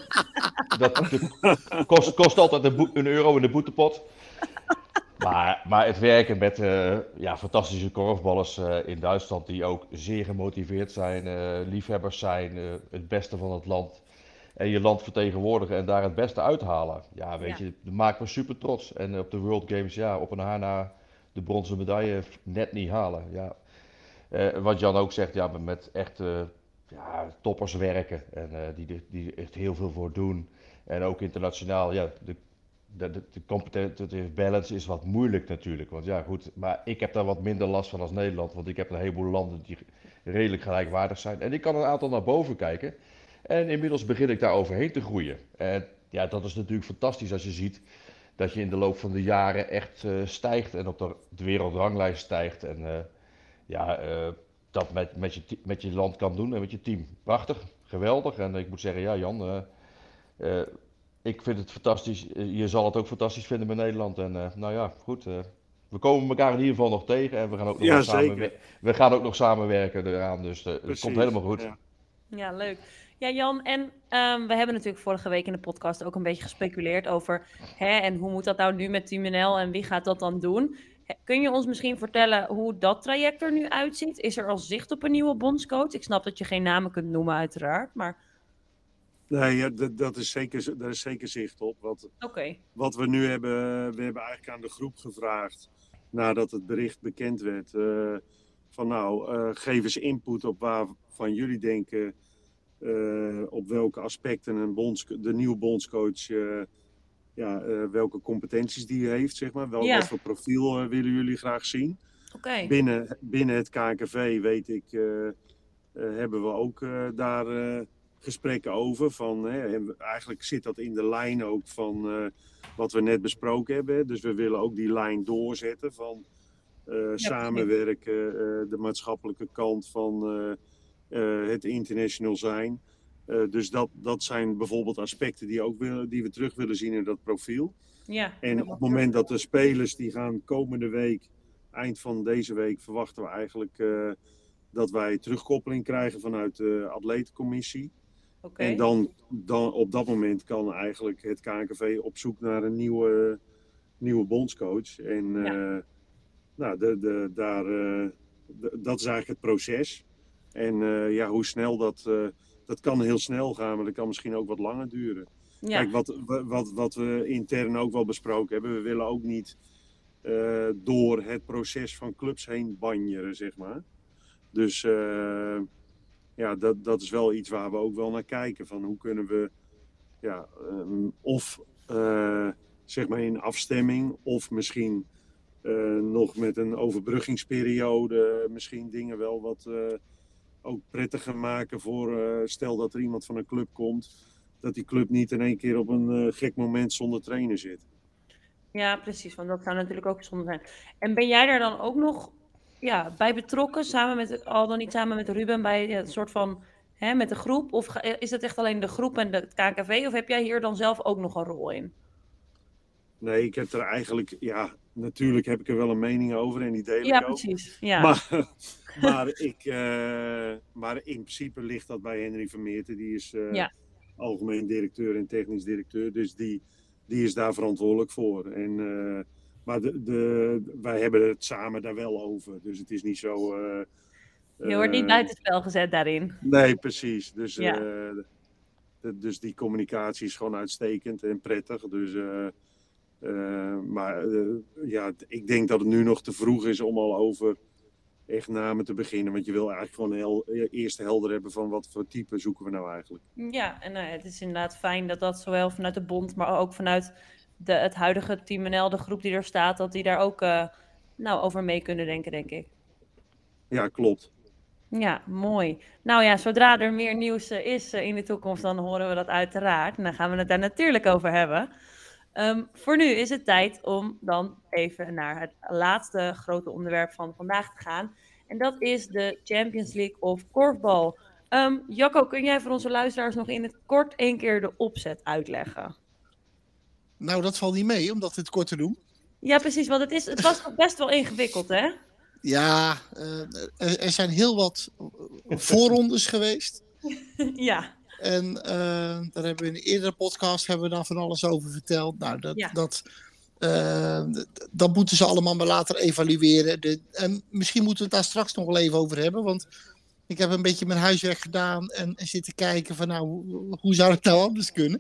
dat kost altijd €1 in de boetepot. Maar het werken met fantastische korfballers in Duitsland, die ook zeer gemotiveerd zijn, liefhebbers zijn, het beste van het land. En je land vertegenwoordigen en daar het beste uithalen. Ja, weet je, dat maakt me super trots. En op de World Games, op een haar na de bronzen medaille net niet halen. Ja. Wat Jan ook zegt, met echt toppers werken en die echt heel veel voor doen. En ook internationaal, de competitive balance is wat moeilijk natuurlijk. Want ja, goed, maar ik heb daar wat minder last van als Nederland. Want ik heb een heleboel landen die redelijk gelijkwaardig zijn. En ik kan een aantal naar boven kijken. En inmiddels begin ik daar overheen te groeien. En ja, dat is natuurlijk fantastisch als je ziet dat je in de loop van de jaren echt stijgt en op de wereldranglijst stijgt. En dat met je land kan doen en met je team. Prachtig, geweldig. En ik moet zeggen, ja Jan, ik vind het fantastisch. Je zal het ook fantastisch vinden met Nederland. En goed. We komen elkaar in ieder geval nog tegen en we gaan ook nog samenwerken eraan. Dus het komt helemaal goed. Ja, leuk. Ja, Jan, en we hebben natuurlijk vorige week in de podcast ook een beetje gespeculeerd over en hoe moet dat nou nu met Team NL en wie gaat dat dan doen? Kun je ons misschien vertellen hoe dat traject er nu uitziet? Is er al zicht op een nieuwe bondscoach? Ik snap dat je geen namen kunt noemen uiteraard, maar... Nee, ja, daar is zeker zicht op. Oké. Wat we nu hebben, we hebben eigenlijk aan de groep gevraagd, nadat het bericht bekend werd, van geef eens input op waarvan jullie denken, op welke aspecten de nieuwe bondscoach, welke competenties die heeft, zeg maar. Ja. Wat voor profiel willen jullie graag zien? Oké. Binnen het KNVB, weet ik, hebben we ook daar gesprekken over. En eigenlijk zit dat in de lijn ook van wat we net besproken hebben. Dus we willen ook die lijn doorzetten van samenwerken, de maatschappelijke kant van het international zijn. Dus dat zijn bijvoorbeeld aspecten die we terug willen zien in dat profiel. Ja. En op het moment dat de spelers die gaan komende week, eind van deze week, verwachten we eigenlijk dat wij terugkoppeling krijgen vanuit de atletencommissie. Oké. En dan op dat moment kan eigenlijk het KNVB op zoek naar een nieuwe bondscoach. En dat is eigenlijk het proces. En hoe snel dat kan heel snel gaan, maar dat kan misschien ook wat langer duren. Ja. Kijk, wat we intern ook wel besproken hebben, we willen ook niet door het proces van clubs heen banjeren, zeg maar. Dus dat is wel iets waar we ook wel naar kijken. Van hoe kunnen we zeg maar in afstemming of misschien nog met een overbruggingsperiode misschien dingen wel wat ook prettiger maken voor stel dat er iemand van een club komt, dat die club niet in één keer op een gek moment zonder trainer zit. Ja, precies, want dat zou natuurlijk ook zonde zijn. En ben jij daar dan ook nog bij betrokken, al dan niet samen met Ruben, bij een soort van, met de groep? Of is het echt alleen de groep en het KNVB? Of heb jij hier dan zelf ook nog een rol in? Nee, ik heb er eigenlijk, natuurlijk heb ik er wel een mening over en die deel ik ook. Ja, precies. Ja. Maar in principe ligt dat bij Henry Vermeerten. Die is algemeen directeur en technisch directeur. Dus die is daar verantwoordelijk voor. Maar wij hebben het samen daar wel over. Dus het is niet zo... je wordt niet buitenspel gezet daarin. Nee, precies. Dus die communicatie is gewoon uitstekend en prettig. Dus... ik denk dat het nu nog te vroeg is om al over echt namen te beginnen. Want je wil eigenlijk gewoon eerst helder hebben van wat voor type zoeken we nou eigenlijk. Ja, en het is inderdaad fijn dat zowel vanuit de bond, maar ook vanuit het huidige Team NL, de groep die er staat, dat die daar ook over mee kunnen denken, denk ik. Ja, klopt. Ja, mooi. Nou ja, zodra er meer nieuws is in de toekomst, dan horen we dat uiteraard. En dan gaan we het daar natuurlijk over hebben. Voor nu is het tijd om dan even naar het laatste grote onderwerp van vandaag te gaan. En dat is de Champions League of korfbal. Jacco, kun jij voor onze luisteraars nog in het kort 1 keer de opzet uitleggen? Nou, dat valt niet mee, om dat in het kort te doen. Ja, precies, want het was nog best wel ingewikkeld, hè? Ja, er zijn heel wat voorrondes geweest. Ja. En daar hebben we in een eerdere podcast dan van alles over verteld. Nou, dat moeten ze allemaal maar later evalueren. En misschien moeten we het daar straks nog wel even over hebben. Want ik heb een beetje mijn huiswerk gedaan en zitten kijken van hoe zou het nou anders kunnen.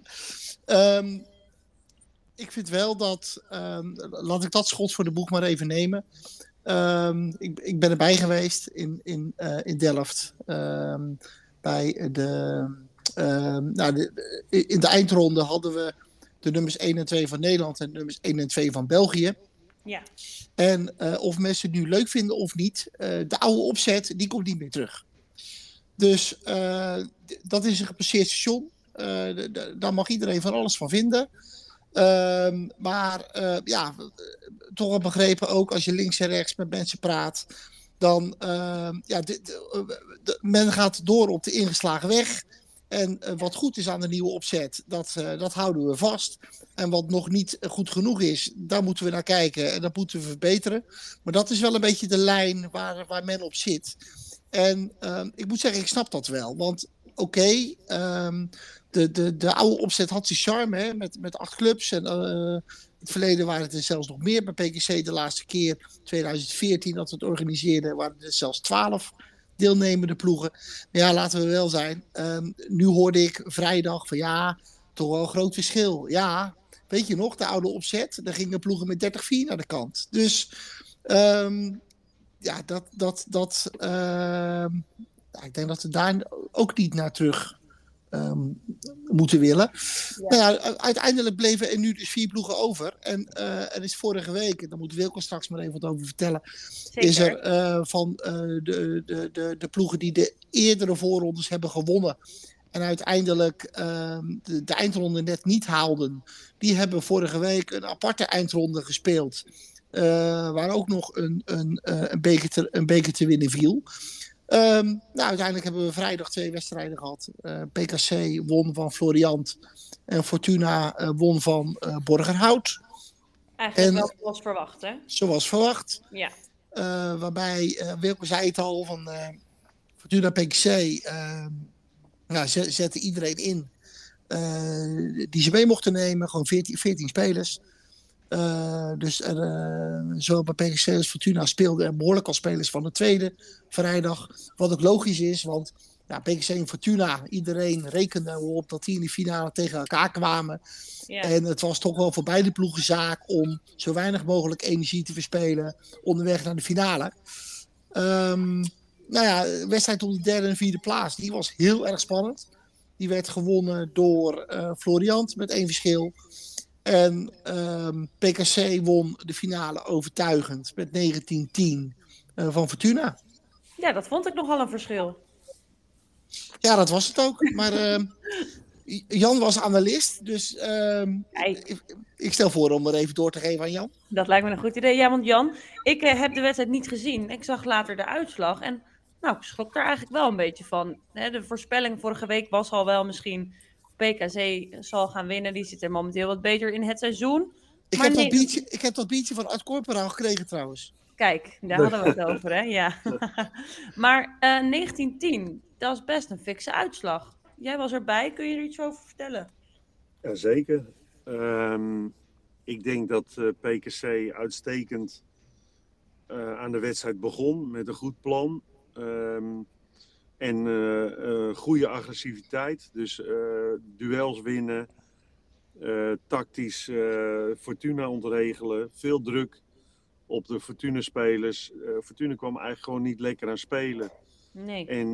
Ik vind wel dat, laat ik dat schot voor de boeg maar even nemen. Ik ben erbij geweest in Delft. Bij in de eindronde hadden we de nummers 1 en 2 van Nederland en de nummers 1 en 2 van België. Ja. En of mensen het nu leuk vinden of niet, de oude opzet, die komt niet meer terug. Dus dat is een gepasseerd station. Daar mag iedereen van alles van vinden. Toch wel begrepen ook als je links en rechts met mensen praat. Dan men gaat door op de ingeslagen weg. En wat goed is aan de nieuwe opzet, dat houden we vast. En wat nog niet goed genoeg is, daar moeten we naar kijken. En dat moeten we verbeteren. Maar dat is wel een beetje de lijn waar men op zit. En ik moet zeggen, ik snap dat wel. Want de oude opzet had zijn charme, hè, met 8 clubs. En in het verleden waren het er zelfs nog meer. Bij PKC de laatste keer, 2014, dat we het organiseerden, waren er zelfs 12 deelnemende ploegen. Maar ja, laten we wel zijn. Nu hoorde ik vrijdag van ja, toch wel een groot verschil. Ja, weet je nog, de oude opzet. Daar gingen ploegen met 30-4 naar de kant. Dus ja, ik denk dat we daar ook niet naar terug moeten willen. Ja. Nou ja, uiteindelijk bleven er nu dus 4 ploegen over. En er is vorige week, daar moet Wilco straks maar even wat over vertellen, Zeker. is er van de ploegen die de eerdere voorrondes hebben gewonnen en uiteindelijk de eindronde net niet haalden, die hebben vorige week een aparte eindronde gespeeld. Waar ook nog een beker te winnen viel. Nou, uiteindelijk hebben we vrijdag 2 wedstrijden gehad. PKC won van Floriant en Fortuna won van Borgerhout. Eigenlijk En- wel zoals verwacht, hè? Zoals verwacht. Ja. Waarbij Wilco zei het al van Fortuna PKC zette iedereen in die ze mee mochten nemen. Gewoon 14 spelers. Dus zowel bij PKC als Fortuna speelden er behoorlijk al spelers van de tweede vrijdag. Wat ook logisch is, want ja, PKC en Fortuna, iedereen rekende erop dat die in de finale tegen elkaar kwamen. Ja. En het was toch wel voor beide ploegen zaak om zo weinig mogelijk energie te verspelen onderweg naar de finale. Nou ja, de wedstrijd om de derde en vierde plaats, die was heel erg spannend. Die werd gewonnen door Floriant met 1 verschil. En PKC won de finale overtuigend met 19-10 van Fortuna. Ja, dat vond ik nogal een verschil. Ja, dat was het ook. Maar Jan was analist, dus Kijk. ik stel voor om er even door te geven aan Jan. Dat lijkt me een goed idee. Ja, want Jan, ik heb de wedstrijd niet gezien. Ik zag later de uitslag en nou, ik schrok daar eigenlijk wel een beetje van. De voorspelling vorige week was al wel misschien PKC zal gaan winnen. Die zit er momenteel wat beter in het seizoen. Ik Maar heb dat biertje van Art Corporaal gekregen trouwens. Kijk, daar hadden we het over, hè? Ja. Maar 1910, dat is best een fikse uitslag. Jij was erbij, kun je er iets over vertellen? Jazeker. Ik denk dat PKC uitstekend aan de wedstrijd begon met een goed plan. En goede agressiviteit. Dus duels winnen. Tactisch Fortuna ontregelen. Veel druk op de Fortuna-spelers. Fortuna kwam eigenlijk gewoon niet lekker aan spelen. Nee. En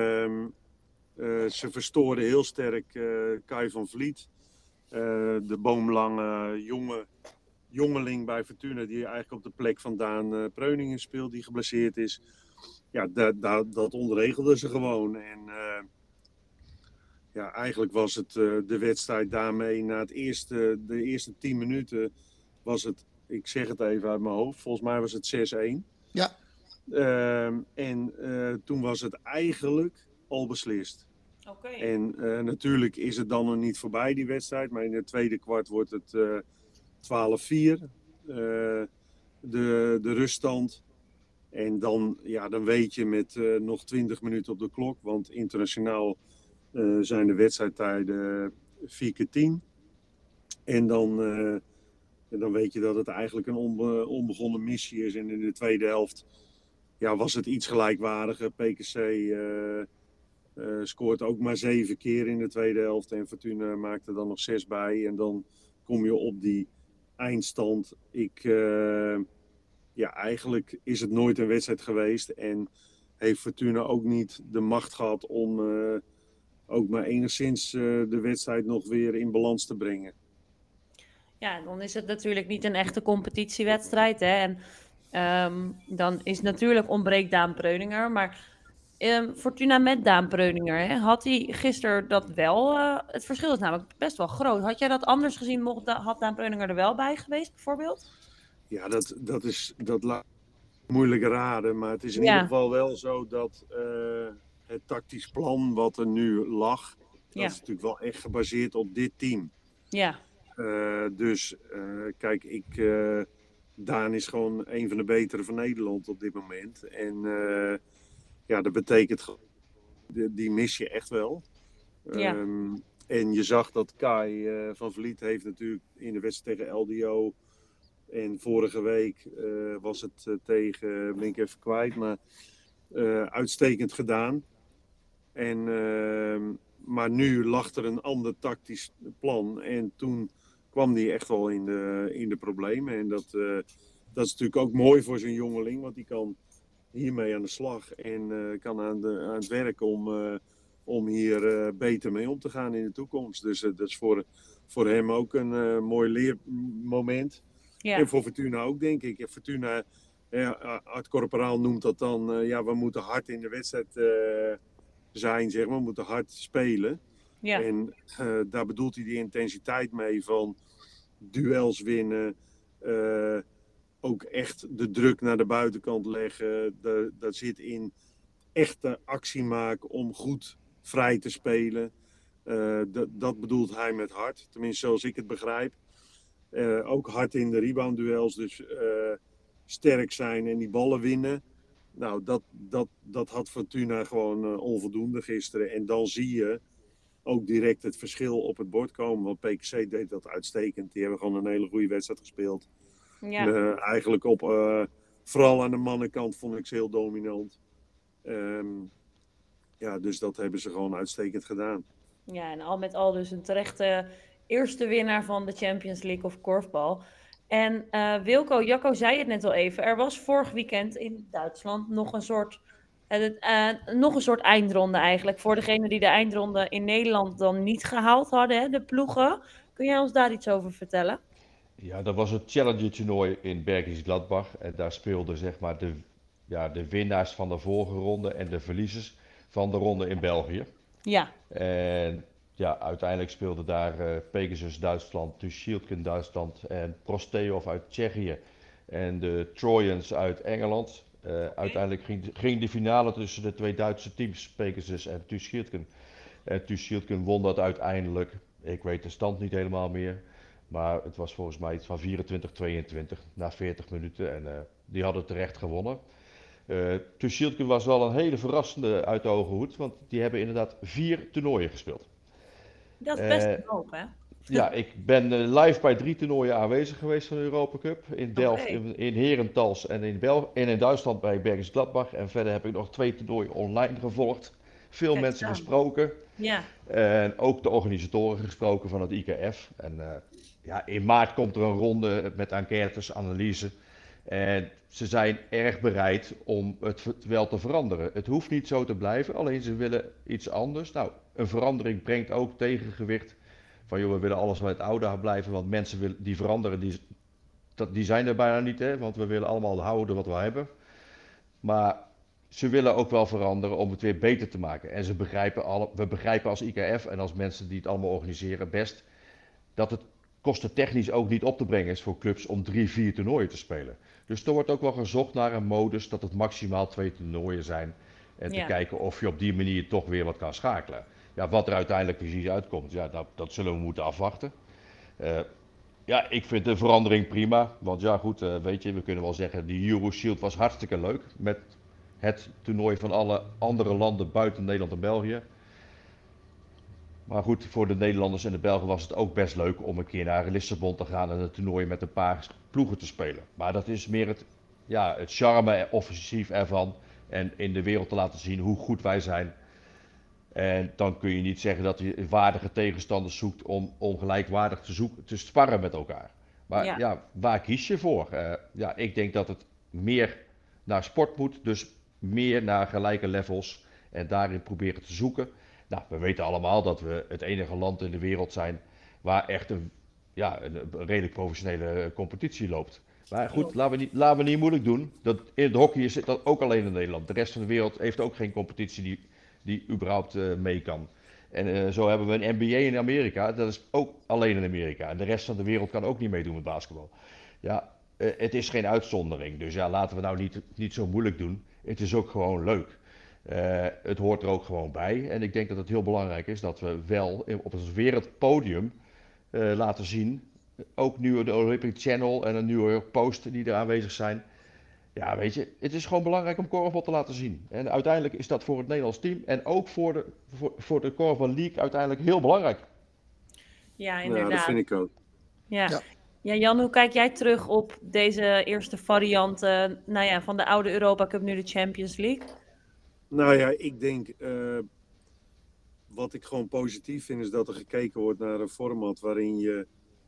ze verstoorden heel sterk Kai van Vliet. De boomlange jongeling bij Fortuna die eigenlijk op de plek van Daan Preuningen speelt, die geblesseerd is. Ja, dat ontregelden ze gewoon. En ja, eigenlijk was het de wedstrijd daarmee na de eerste 10 minuten was het, ik zeg het even uit mijn hoofd, volgens mij was het 6-1. Ja. En toen was het eigenlijk al beslist. Oké. En natuurlijk is het dan nog niet voorbij, die wedstrijd. Maar in het tweede kwart wordt het 12-4. De ruststand. En dan weet je met nog 20 minuten op de klok. Want internationaal zijn de wedstrijdtijden 4 keer 10. En dan weet je dat het eigenlijk een onbegonnen missie is. En in de tweede helft was het iets gelijkwaardiger. PKC scoort ook maar 7 keer in de tweede helft. En Fortuna maakt er dan nog 6 bij. En dan kom je op die eindstand. Eigenlijk is het nooit een wedstrijd geweest. En heeft Fortuna ook niet de macht gehad om ook maar enigszins de wedstrijd nog weer in balans te brengen. Ja, dan is het natuurlijk niet een echte competitiewedstrijd. Hè? En dan is natuurlijk ontbreekt Daan Preuninger. Maar Fortuna met Daan Preuninger, hè? Had hij gisteren dat wel? Het verschil is namelijk best wel groot. Had jij dat anders gezien? Had Daan Preuninger er wel bij geweest, bijvoorbeeld? Ja, dat laat moeilijk raden. Maar het is in ieder geval wel zo dat het tactisch plan wat er nu lag, dat is natuurlijk wel echt gebaseerd op dit team. Ja. Dus kijk, Daan is gewoon een van de betere van Nederland op dit moment. En dat betekent die mis je echt wel. Ja. En je zag dat Kai van Vliet heeft natuurlijk in de wedstrijd tegen LDO en vorige week was het tegen, ben ik even kwijt, maar uitstekend gedaan. Maar nu lag er een ander tactisch plan. En toen kwam hij echt wel in de problemen. En dat is natuurlijk ook mooi voor zo'n jongeling. Want die kan hiermee aan de slag. En kan aan het werk om hier beter mee om te gaan in de toekomst. Dus dat is voor hem ook een mooi leermoment. Ja. En voor Fortuna ook, denk ik. Fortuna, Art Corporaal noemt dat dan... we moeten hard in de wedstrijd zijn, zeg maar. We moeten hard spelen. Ja. En daar bedoelt hij die intensiteit mee van duels winnen. Ook echt de druk naar de buitenkant leggen. Dat zit in echte actie maken om goed vrij te spelen. Dat bedoelt hij met hard. Tenminste, zoals ik het begrijp. Ook hard in de rebound-duels. Dus sterk zijn en die ballen winnen. Nou, dat had Fortuna gewoon onvoldoende gisteren. En dan zie je ook direct het verschil op het bord komen. Want PKC deed dat uitstekend. Die hebben gewoon een hele goede wedstrijd gespeeld. Ja. Eigenlijk vooral aan de mannenkant vond ik ze heel dominant. Dus dat hebben ze gewoon uitstekend gedaan. Ja, en al met al dus een terechte eerste winnaar van de Champions League of korfbal. En Wilco, Jacco zei het net al even. Er was vorig weekend in Duitsland nog een soort eindronde eigenlijk. Voor degenen die de eindronde in Nederland dan niet gehaald hadden, hè, de ploegen. Kun jij ons daar iets over vertellen? Ja, dat was het Challenger-toernooi in Bergisch Gladbach. En daar speelden zeg maar de winnaars van de vorige ronde en de verliezers van de ronde in België. Ja. En ja, uiteindelijk speelden daar Pegasus Duitsland, Tuschiltken Duitsland en Prosteov uit Tsjechië en de Trojans uit Engeland. Uiteindelijk ging de finale tussen de twee Duitse teams, Pegasus en Tuschiltken. En Tuschiltken won dat uiteindelijk. Ik weet de stand niet helemaal meer. Maar het was volgens mij iets van 24-22 na 40 minuten en die hadden terecht gewonnen. Tuschiltken was wel een hele verrassende uit de hoge hoed, want die hebben inderdaad 4 toernooien gespeeld. Dat is best een hoop, hè? Ja, ik ben live bij 3 toernooien aanwezig geweest van de Europa Cup. In Delft, in Herentals en in Duitsland bij Bergisch Gladbach. En verder heb ik nog 2 toernooien online gevolgd. Veel mensen gesproken. Ja. En ook de organisatoren gesproken van het IKF. En in maart komt er een ronde met enquêtes, analyse. En ze zijn erg bereid om het wel te veranderen. Het hoeft niet zo te blijven, alleen ze willen iets anders. Nou, een verandering brengt ook tegengewicht van joh, we willen alles met het oude blijven, want mensen die veranderen, die zijn er bijna niet, hè, want we willen allemaal houden wat we hebben. Maar ze willen ook wel veranderen om het weer beter te maken. En we begrijpen als IKF en als mensen die het allemaal organiseren best dat het kostentechnisch ook niet op te brengen is voor clubs om 3-4 toernooien te spelen. Dus er wordt ook wel gezocht naar een modus dat het maximaal 2 toernooien zijn. En te kijken of je op die manier toch weer wat kan schakelen. Ja, wat er uiteindelijk precies uitkomt, ja, dat zullen we moeten afwachten. Ik vind de verandering prima. Want ja goed, weet je, we kunnen wel zeggen, die Euroshield was hartstikke leuk. Met het toernooi van alle andere landen buiten Nederland en België. Maar goed, voor de Nederlanders en de Belgen was het ook best leuk om een keer naar Lissabon te gaan en een toernooi met een paar ploegen te spelen. Maar dat is meer het charme-offensief ervan en in de wereld te laten zien hoe goed wij zijn. En dan kun je niet zeggen dat je waardige tegenstanders zoekt om gelijkwaardig te sparren met elkaar. Maar waar kies je voor? Ik denk dat het meer naar sport moet, dus meer naar gelijke levels en daarin proberen te zoeken. Nou, we weten allemaal dat we het enige land in de wereld zijn waar echt een redelijk professionele competitie loopt. Maar goed, laten we niet moeilijk doen. In het hockey zit dat ook alleen in Nederland. De rest van de wereld heeft ook geen competitie die überhaupt mee kan. En zo hebben we een NBA in Amerika. Dat is ook alleen in Amerika. En de rest van de wereld kan ook niet meedoen met basketbal. Ja, het is geen uitzondering. Dus ja, laten we nou niet zo moeilijk doen. Het is ook gewoon leuk. Het hoort er ook gewoon bij. En ik denk dat het heel belangrijk is dat we wel op het wereldpodium laten zien. Ook nu de Olympic Channel en de New York Post die er aanwezig zijn. Ja, weet je, het is gewoon belangrijk om korfbal te laten zien. En uiteindelijk is dat voor het Nederlands team en ook voor de Korfbal League uiteindelijk heel belangrijk. Ja, inderdaad. Ja, dat vind ik ook. Ja, Jan, hoe kijk jij terug op deze eerste variant van de oude Europa Cup, nu de Champions League? Nou ja, ik denk, wat ik gewoon positief vind, is dat er gekeken wordt naar een format waarin je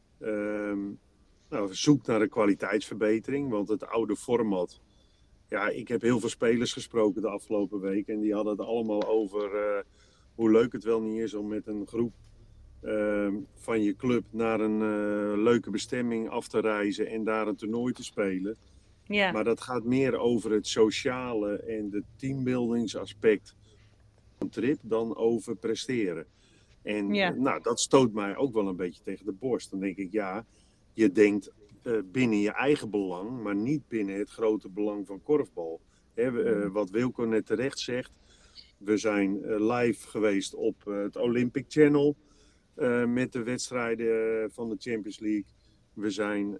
zoekt naar een kwaliteitsverbetering. Want het oude format, ja, ik heb heel veel spelers gesproken de afgelopen week en die hadden het allemaal over hoe leuk het wel niet is om met een groep van je club naar een leuke bestemming af te reizen en daar een toernooi te spelen. Ja. Maar dat gaat meer over het sociale en de teambuildingsaspect van een trip dan over presteren. En dat stoot mij ook wel een beetje tegen de borst. Dan denk ik, ja, je denkt binnen je eigen belang, maar niet binnen het grote belang van korfbal. Wat Wilco net terecht zegt, we zijn live geweest op het Olympic Channel met de wedstrijden van de Champions League. We zijn,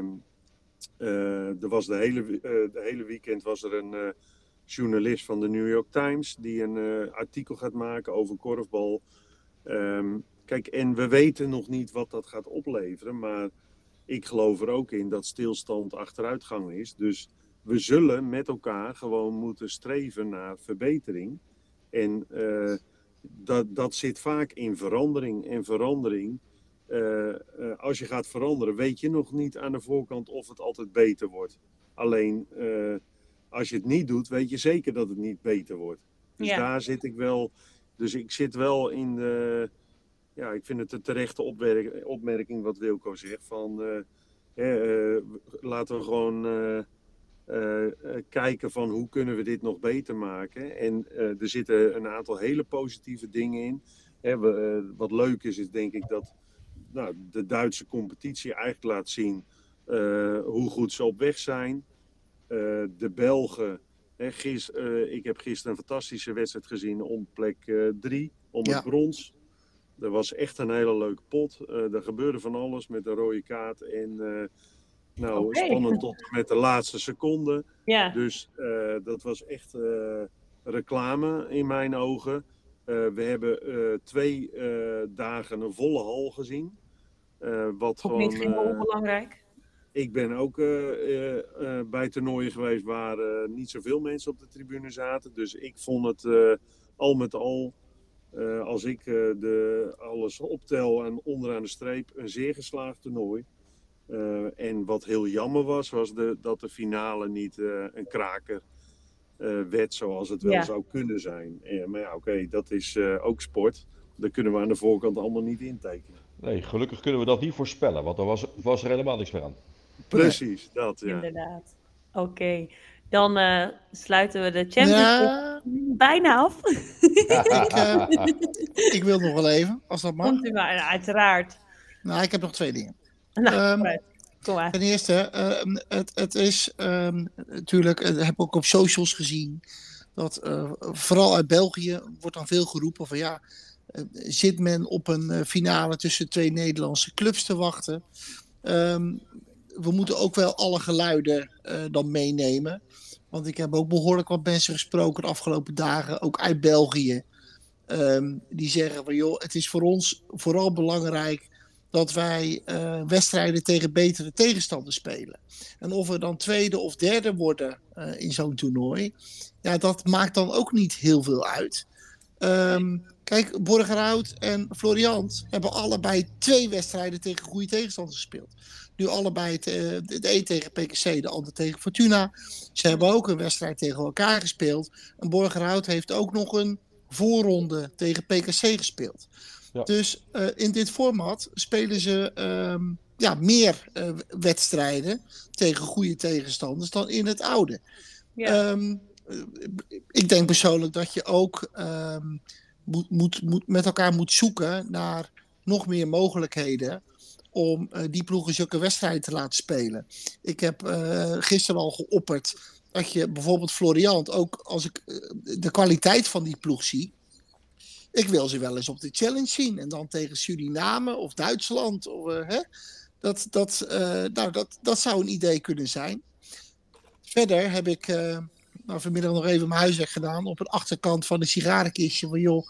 er was de hele weekend was er een journalist van de New York Times die een artikel gaat maken over korfbal. Kijk, en we weten nog niet wat dat gaat opleveren, maar ik geloof er ook in dat stilstand achteruitgang is. Dus we zullen met elkaar gewoon moeten streven naar verbetering. En dat zit vaak in verandering. En verandering, als je gaat veranderen, weet je nog niet aan de voorkant of het altijd beter wordt. Alleen, als je het niet doet, weet je zeker dat het niet beter wordt. Dus daar zit ik wel. Dus ik zit wel in de. Ja, ik vind het een terechte opmerking wat Wilco zegt. Van laten we gewoon kijken van hoe kunnen we dit nog beter maken. En er zitten een aantal hele positieve dingen in. Wat leuk is denk ik dat de Duitse competitie eigenlijk laat zien hoe goed ze op weg zijn. De Belgen. Ik heb gisteren een fantastische wedstrijd gezien om plek 3, om het brons. Er was echt een hele leuke pot. Er gebeurde van alles met een rode kaart. En spannend tot met de laatste seconde. Ja. Dus dat was echt reclame in mijn ogen. We hebben 2 dagen een volle hal gezien. Wat ook niet heel onbelangrijk. Ik ben ook bij toernooien geweest waar niet zoveel mensen op de tribune zaten. Dus ik vond het al met al, als ik alles optel en onderaan de streep, een zeer geslaagd toernooi. En wat heel jammer was dat de finale niet een kraker werd zoals het wel zou kunnen zijn. Maar ja, oké, dat is ook sport. Daar kunnen we aan de voorkant allemaal niet intekenen. Nee, gelukkig kunnen we dat niet voorspellen, want er was er helemaal niks meer aan. Precies, dat ja. Inderdaad. Oké. Dan sluiten we de Champions League bijna af. Ik wil nog wel even, als dat mag. Komt u maar, uiteraard. Nou, ik heb nog 2 dingen. Kom maar. Ten eerste, het is natuurlijk, dat heb ik ook op socials gezien, dat vooral uit België wordt dan veel geroepen van zit men op een finale tussen 2 Nederlandse clubs te wachten? We moeten ook wel alle geluiden dan meenemen. Want ik heb ook behoorlijk wat mensen gesproken de afgelopen dagen, ook uit België. Die zeggen van het is voor ons vooral belangrijk dat wij wedstrijden tegen betere tegenstanders spelen. En of we dan 2e of 3e worden in zo'n toernooi, dat maakt dan ook niet heel veel uit. Kijk, Borgerhout en Floriant hebben allebei 2 wedstrijden tegen goede tegenstanders gespeeld. Nu allebei de een tegen PKC, de ander tegen Fortuna. Ze hebben ook een wedstrijd tegen elkaar gespeeld. En Borgerhout heeft ook nog een voorronde tegen PKC gespeeld. Ja. Dus in dit format spelen ze meer wedstrijden tegen goede tegenstanders dan in het oude. Ja. Ik denk persoonlijk dat je ook met elkaar moet zoeken naar nog meer mogelijkheden om die ploegen zulke wedstrijden te laten spelen. Ik heb gisteren al geopperd dat je bijvoorbeeld Floriant, ook als ik de kwaliteit van die ploeg zie, ik wil ze wel eens op de challenge zien. En dan tegen Suriname of Duitsland. Dat zou een idee kunnen zijn. Verder heb ik vanmiddag nog even mijn huiswerk gedaan. Op een achterkant van een sigarenkistje. Van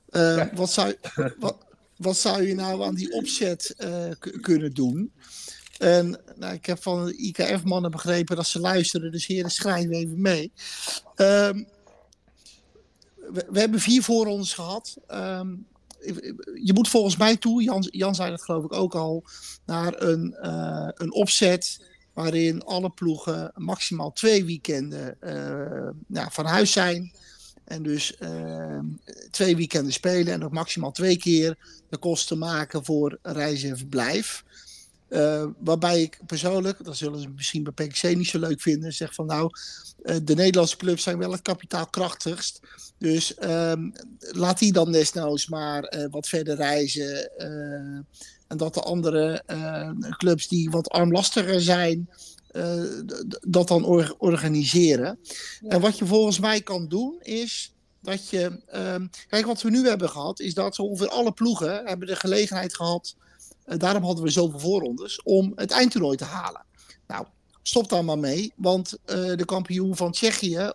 wat zou je nou aan die opzet kunnen doen? En ik heb van de IKF-mannen begrepen dat ze luisteren. Dus heren, schrijven even mee. we hebben 4 voorrondes gehad. Je moet volgens mij toe, Jan zei dat geloof ik ook al, naar een opzet waarin alle ploegen maximaal 2 weekenden van huis zijn. En dus 2 weekenden spelen en nog maximaal 2 keer de kosten maken voor reizen en verblijf. Waarbij ik persoonlijk, dat zullen ze misschien bij PKC niet zo leuk vinden, zeg van nou, de Nederlandse clubs zijn wel het kapitaalkrachtigst. Dus laat die dan desnoods maar wat verder reizen. En dat de andere clubs die wat armlastiger zijn, dat dan organiseren. Ja. En wat je volgens mij kan doen is dat je... kijk, wat we nu hebben gehad is dat zo ongeveer alle ploegen hebben de gelegenheid gehad. Daarom hadden we zoveel voorrondes om het eindtoernooi te halen. Nou, stop daar maar mee. Want de kampioen van Tsjechië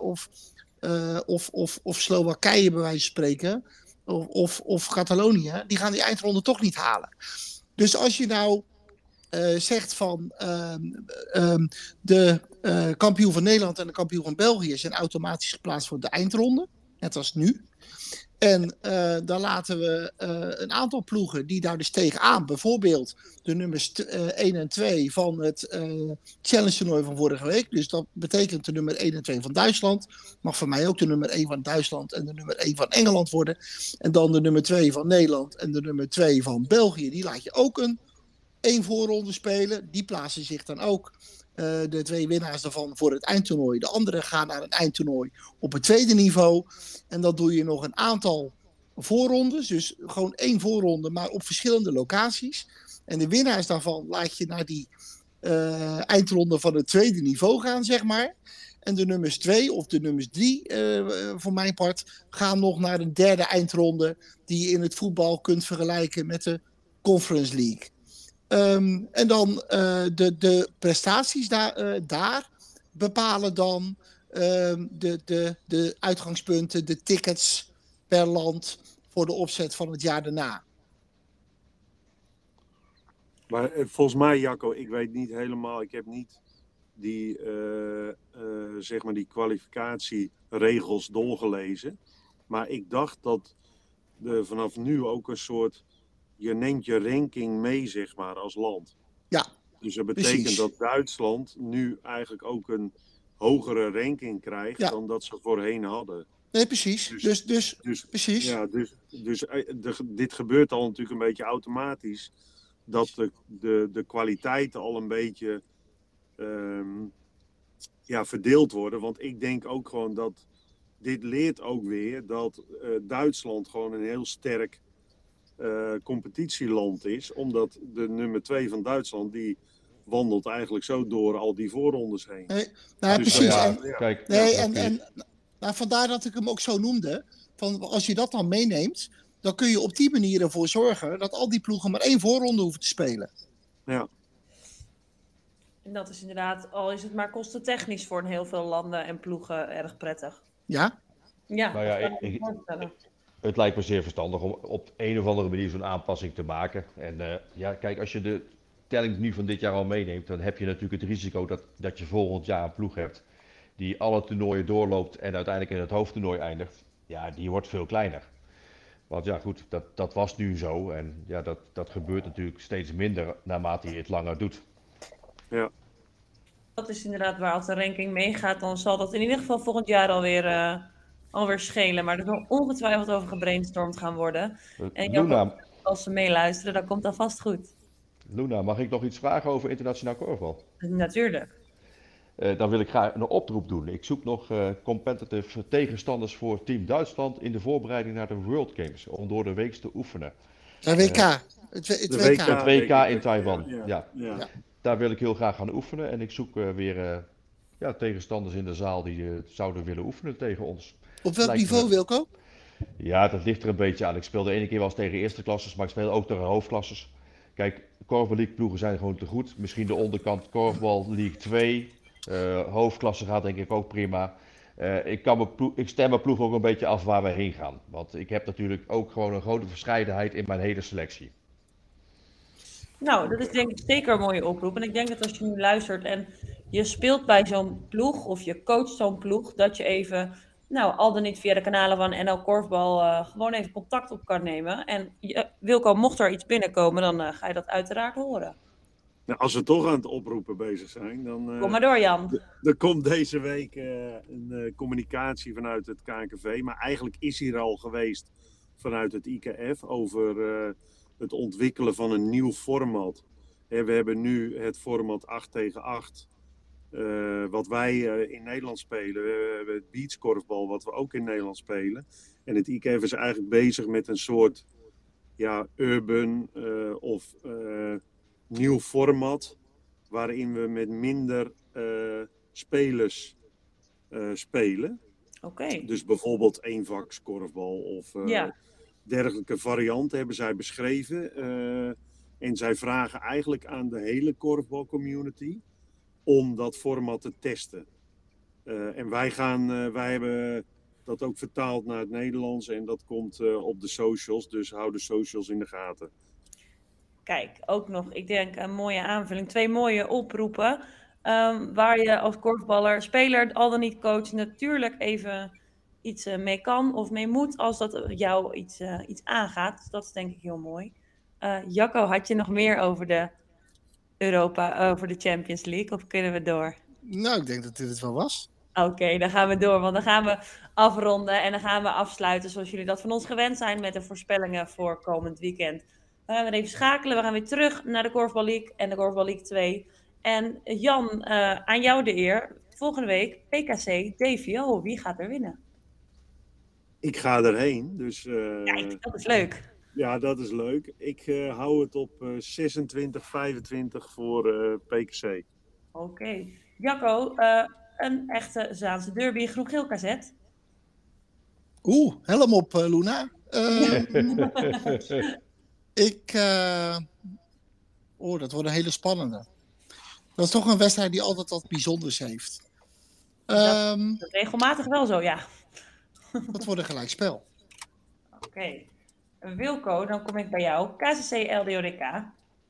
of Slowakije bij wijze van spreken, of Catalonië, die gaan die eindronde toch niet halen. Dus als je nou zegt van de kampioen van Nederland en de kampioen van België zijn automatisch geplaatst voor de eindronde, net als nu. En dan laten we een aantal ploegen die daar dus tegenaan, bijvoorbeeld de nummers 1 en 2 van het Challenge toernooi van vorige week. Dus dat betekent de nummer 1 en 2 van Duitsland. Mag voor mij ook de nummer 1 van Duitsland en de nummer 1 van Engeland worden. En dan de nummer 2 van Nederland en de nummer 2 van België. Die laat je ook één voorronde spelen. Die plaatsen zich dan ook. De 2 winnaars daarvan voor het eindtoernooi. De anderen gaan naar een eindtoernooi op het tweede niveau. En dan doe je nog een aantal voorrondes. Dus gewoon 1 voorronde, maar op verschillende locaties. En de winnaars daarvan laat je naar die eindronde van het tweede niveau gaan, zeg maar. En de nummers 2 of de nummers 3, voor mijn part, gaan nog naar een derde eindronde die je in het voetbal kunt vergelijken met de Conference League. En dan de prestaties daar bepalen dan de uitgangspunten, de tickets per land voor de opzet van het jaar daarna. Maar volgens mij, Jacco, ik weet niet helemaal, ik heb niet die, zeg maar die kwalificatieregels doorgelezen. Maar ik dacht dat vanaf nu ook een soort, je neemt je ranking mee, zeg maar, als land. Ja, dus dat betekent precies. dat Duitsland nu eigenlijk ook een hogere ranking krijgt dan dat ze voorheen hadden. Nee, precies. Dus precies. Ja, dus dit gebeurt al natuurlijk een beetje automatisch. Dat de kwaliteiten al een beetje verdeeld worden. Want ik denk ook gewoon dat dit leert ook weer dat Duitsland gewoon een heel sterk competitieland is. Omdat de nummer 2 van Duitsland, die wandelt eigenlijk zo door al die voorrondes heen. Nee, nou, dus, precies. Kijk, nou, vandaar dat ik hem ook zo noemde. Van, als je dat dan meeneemt, dan kun je op die manier ervoor zorgen dat al die ploegen maar 1 voorronde hoeven te spelen. Ja. En dat is inderdaad, al is het maar kostentechnisch voor een heel veel landen en ploegen erg prettig. Ja? Ja, nou ja, het lijkt me zeer verstandig om op een of andere manier zo'n aanpassing te maken. En kijk, als je de telling nu van dit jaar al meeneemt, dan heb je natuurlijk het risico dat je volgend jaar een ploeg hebt die alle toernooien doorloopt en uiteindelijk in het hoofdtoernooi eindigt. Ja, die wordt veel kleiner. Want ja, goed, dat was nu zo. En ja, dat gebeurt natuurlijk steeds minder naarmate je het langer doet. Ja. Dat is inderdaad waar, als de ranking meegaat, dan zal dat in ieder geval volgend jaar alweer schelen. Maar er zal ongetwijfeld over gebrainstormd gaan worden. En Luna, als ze meeluisteren, dan komt dat vast goed. Luna, mag ik nog iets vragen over internationaal korfbal? Natuurlijk. Dan wil ik graag een oproep doen. Ik zoek nog competitive tegenstanders voor Team Duitsland in de voorbereiding naar de World Games. Om door de week te oefenen. De WK. Het WK. Het WK in Taiwan. Ja. Daar wil ik heel graag gaan oefenen. En ik zoek weer tegenstanders in de zaal die zouden willen oefenen tegen ons. Op welk niveau, Wilco? Ja, dat ligt er een beetje aan. Ik speelde de ene keer wel eens tegen eerste klasses, maar ik speel ook tegen hoofdklasses. Kijk, Korfbal League ploegen zijn gewoon te goed. Misschien de onderkant Korfbal League 2. Hoofdklasse gaat denk ik ook prima. Ik stem mijn ploeg ook een beetje af waar we heen gaan. Want ik heb natuurlijk ook gewoon een grote verscheidenheid in mijn hele selectie. Nou, dat is denk ik zeker een mooie oproep. En ik denk dat als je nu luistert en je speelt bij zo'n ploeg of je coacht zo'n ploeg, dat je even nou, al dan niet via de kanalen van NL Korfbal gewoon even contact op kan nemen. En Wilco, mocht er iets binnenkomen, dan ga je dat uiteraard horen. Nou, als we toch aan het oproepen bezig zijn, dan... Kom maar door, Jan. Er komt deze week een communicatie vanuit het KNKV. Maar eigenlijk is hier al geweest vanuit het IKF over het ontwikkelen van een nieuw format. We hebben nu het format 8 tegen 8. Wat wij in Nederland spelen. We hebben het beachkorfbal wat we ook in Nederland spelen. En het IKF is eigenlijk bezig met een soort urban of nieuw format. Waarin we met minder spelers spelen. Oké. Dus bijvoorbeeld eenvakskorfbal of dergelijke varianten hebben zij beschreven. En zij vragen eigenlijk aan de hele korfbalcommunity om dat format te testen. En wij hebben dat ook vertaald naar het Nederlands en dat komt op de socials. Dus hou de socials in de gaten. Kijk, ook nog, ik denk een mooie aanvulling. 2 mooie oproepen. Waar je als korfballer, speler, al dan niet coach, natuurlijk even iets mee kan of mee moet als dat jou iets aangaat. Dus dat is denk ik heel mooi. Jacco, had je nog meer over de over de Champions League of kunnen we door? Nou, ik denk dat dit het wel was. Oké, dan gaan we door, want dan gaan we afronden en dan gaan we afsluiten zoals jullie dat van ons gewend zijn met de voorspellingen voor komend weekend. We gaan weer even schakelen, we gaan weer terug naar de Korfbal League en de Korfbal League 2. En Jan, aan jou de eer. Volgende week PKC DVO, wie gaat er winnen? Ik ga erheen, dus... Kijk, dat is leuk. Ja, dat is leuk. Ik hou het op 26-25 voor PKC. Oké. Jacco, een echte Zaanse derby, groen-geel kazet. Helm op, Luna. Dat wordt een hele spannende. Dat is toch een wedstrijd die altijd wat bijzonders heeft. Dat is regelmatig wel zo, ja. Dat wordt een gelijkspel. Oké. Wilco, dan kom ik bij jou. KCC LDODK.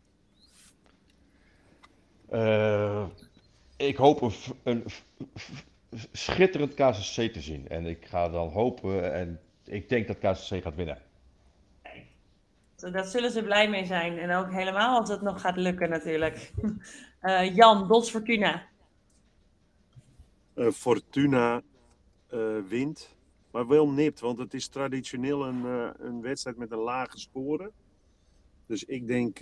Ik hoop een schitterend KCC te zien. En ik ga dan hopen en ik denk dat KCC gaat winnen. Daar zullen ze blij mee zijn. En ook helemaal als het nog gaat lukken natuurlijk. Jan, Dots Fortuna. Fortuna wint. Maar wel nipt, want het is traditioneel een wedstrijd met een lage score. Dus ik denk 19-20.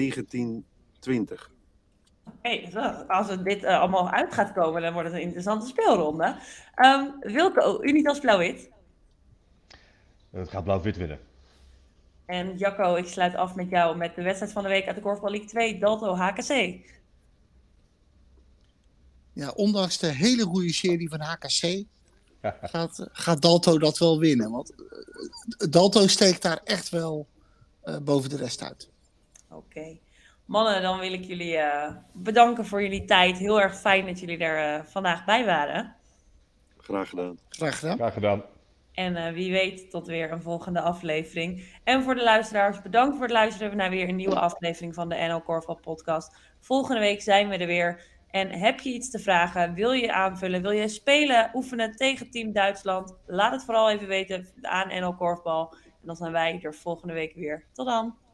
Als het dit allemaal uit gaat komen, dan wordt het een interessante speelronde. Wilco, Unitas Blauw-Wit. Het gaat Blauw-Wit winnen. En Jacco, ik sluit af met jou met de wedstrijd van de week uit de Korfbal League 2, Dalto HKC. Ja, ondanks de hele goede serie van HKC gaat Dalto dat wel winnen. Want Dalto steekt daar echt wel boven de rest uit. Oké. Mannen, dan wil ik jullie bedanken voor jullie tijd. Heel erg fijn dat jullie er vandaag bij waren. Graag gedaan. Graag gedaan. En wie weet tot weer een volgende aflevering. En voor de luisteraars, bedankt voor het luisteren naar weer een nieuwe aflevering van de NL Korfbal Podcast. Volgende week zijn we er weer. En heb je iets te vragen? Wil je aanvullen? Wil je spelen, oefenen tegen Team Duitsland? Laat het vooral even weten aan NL Korfbal. En dan zijn wij er volgende week weer. Tot dan!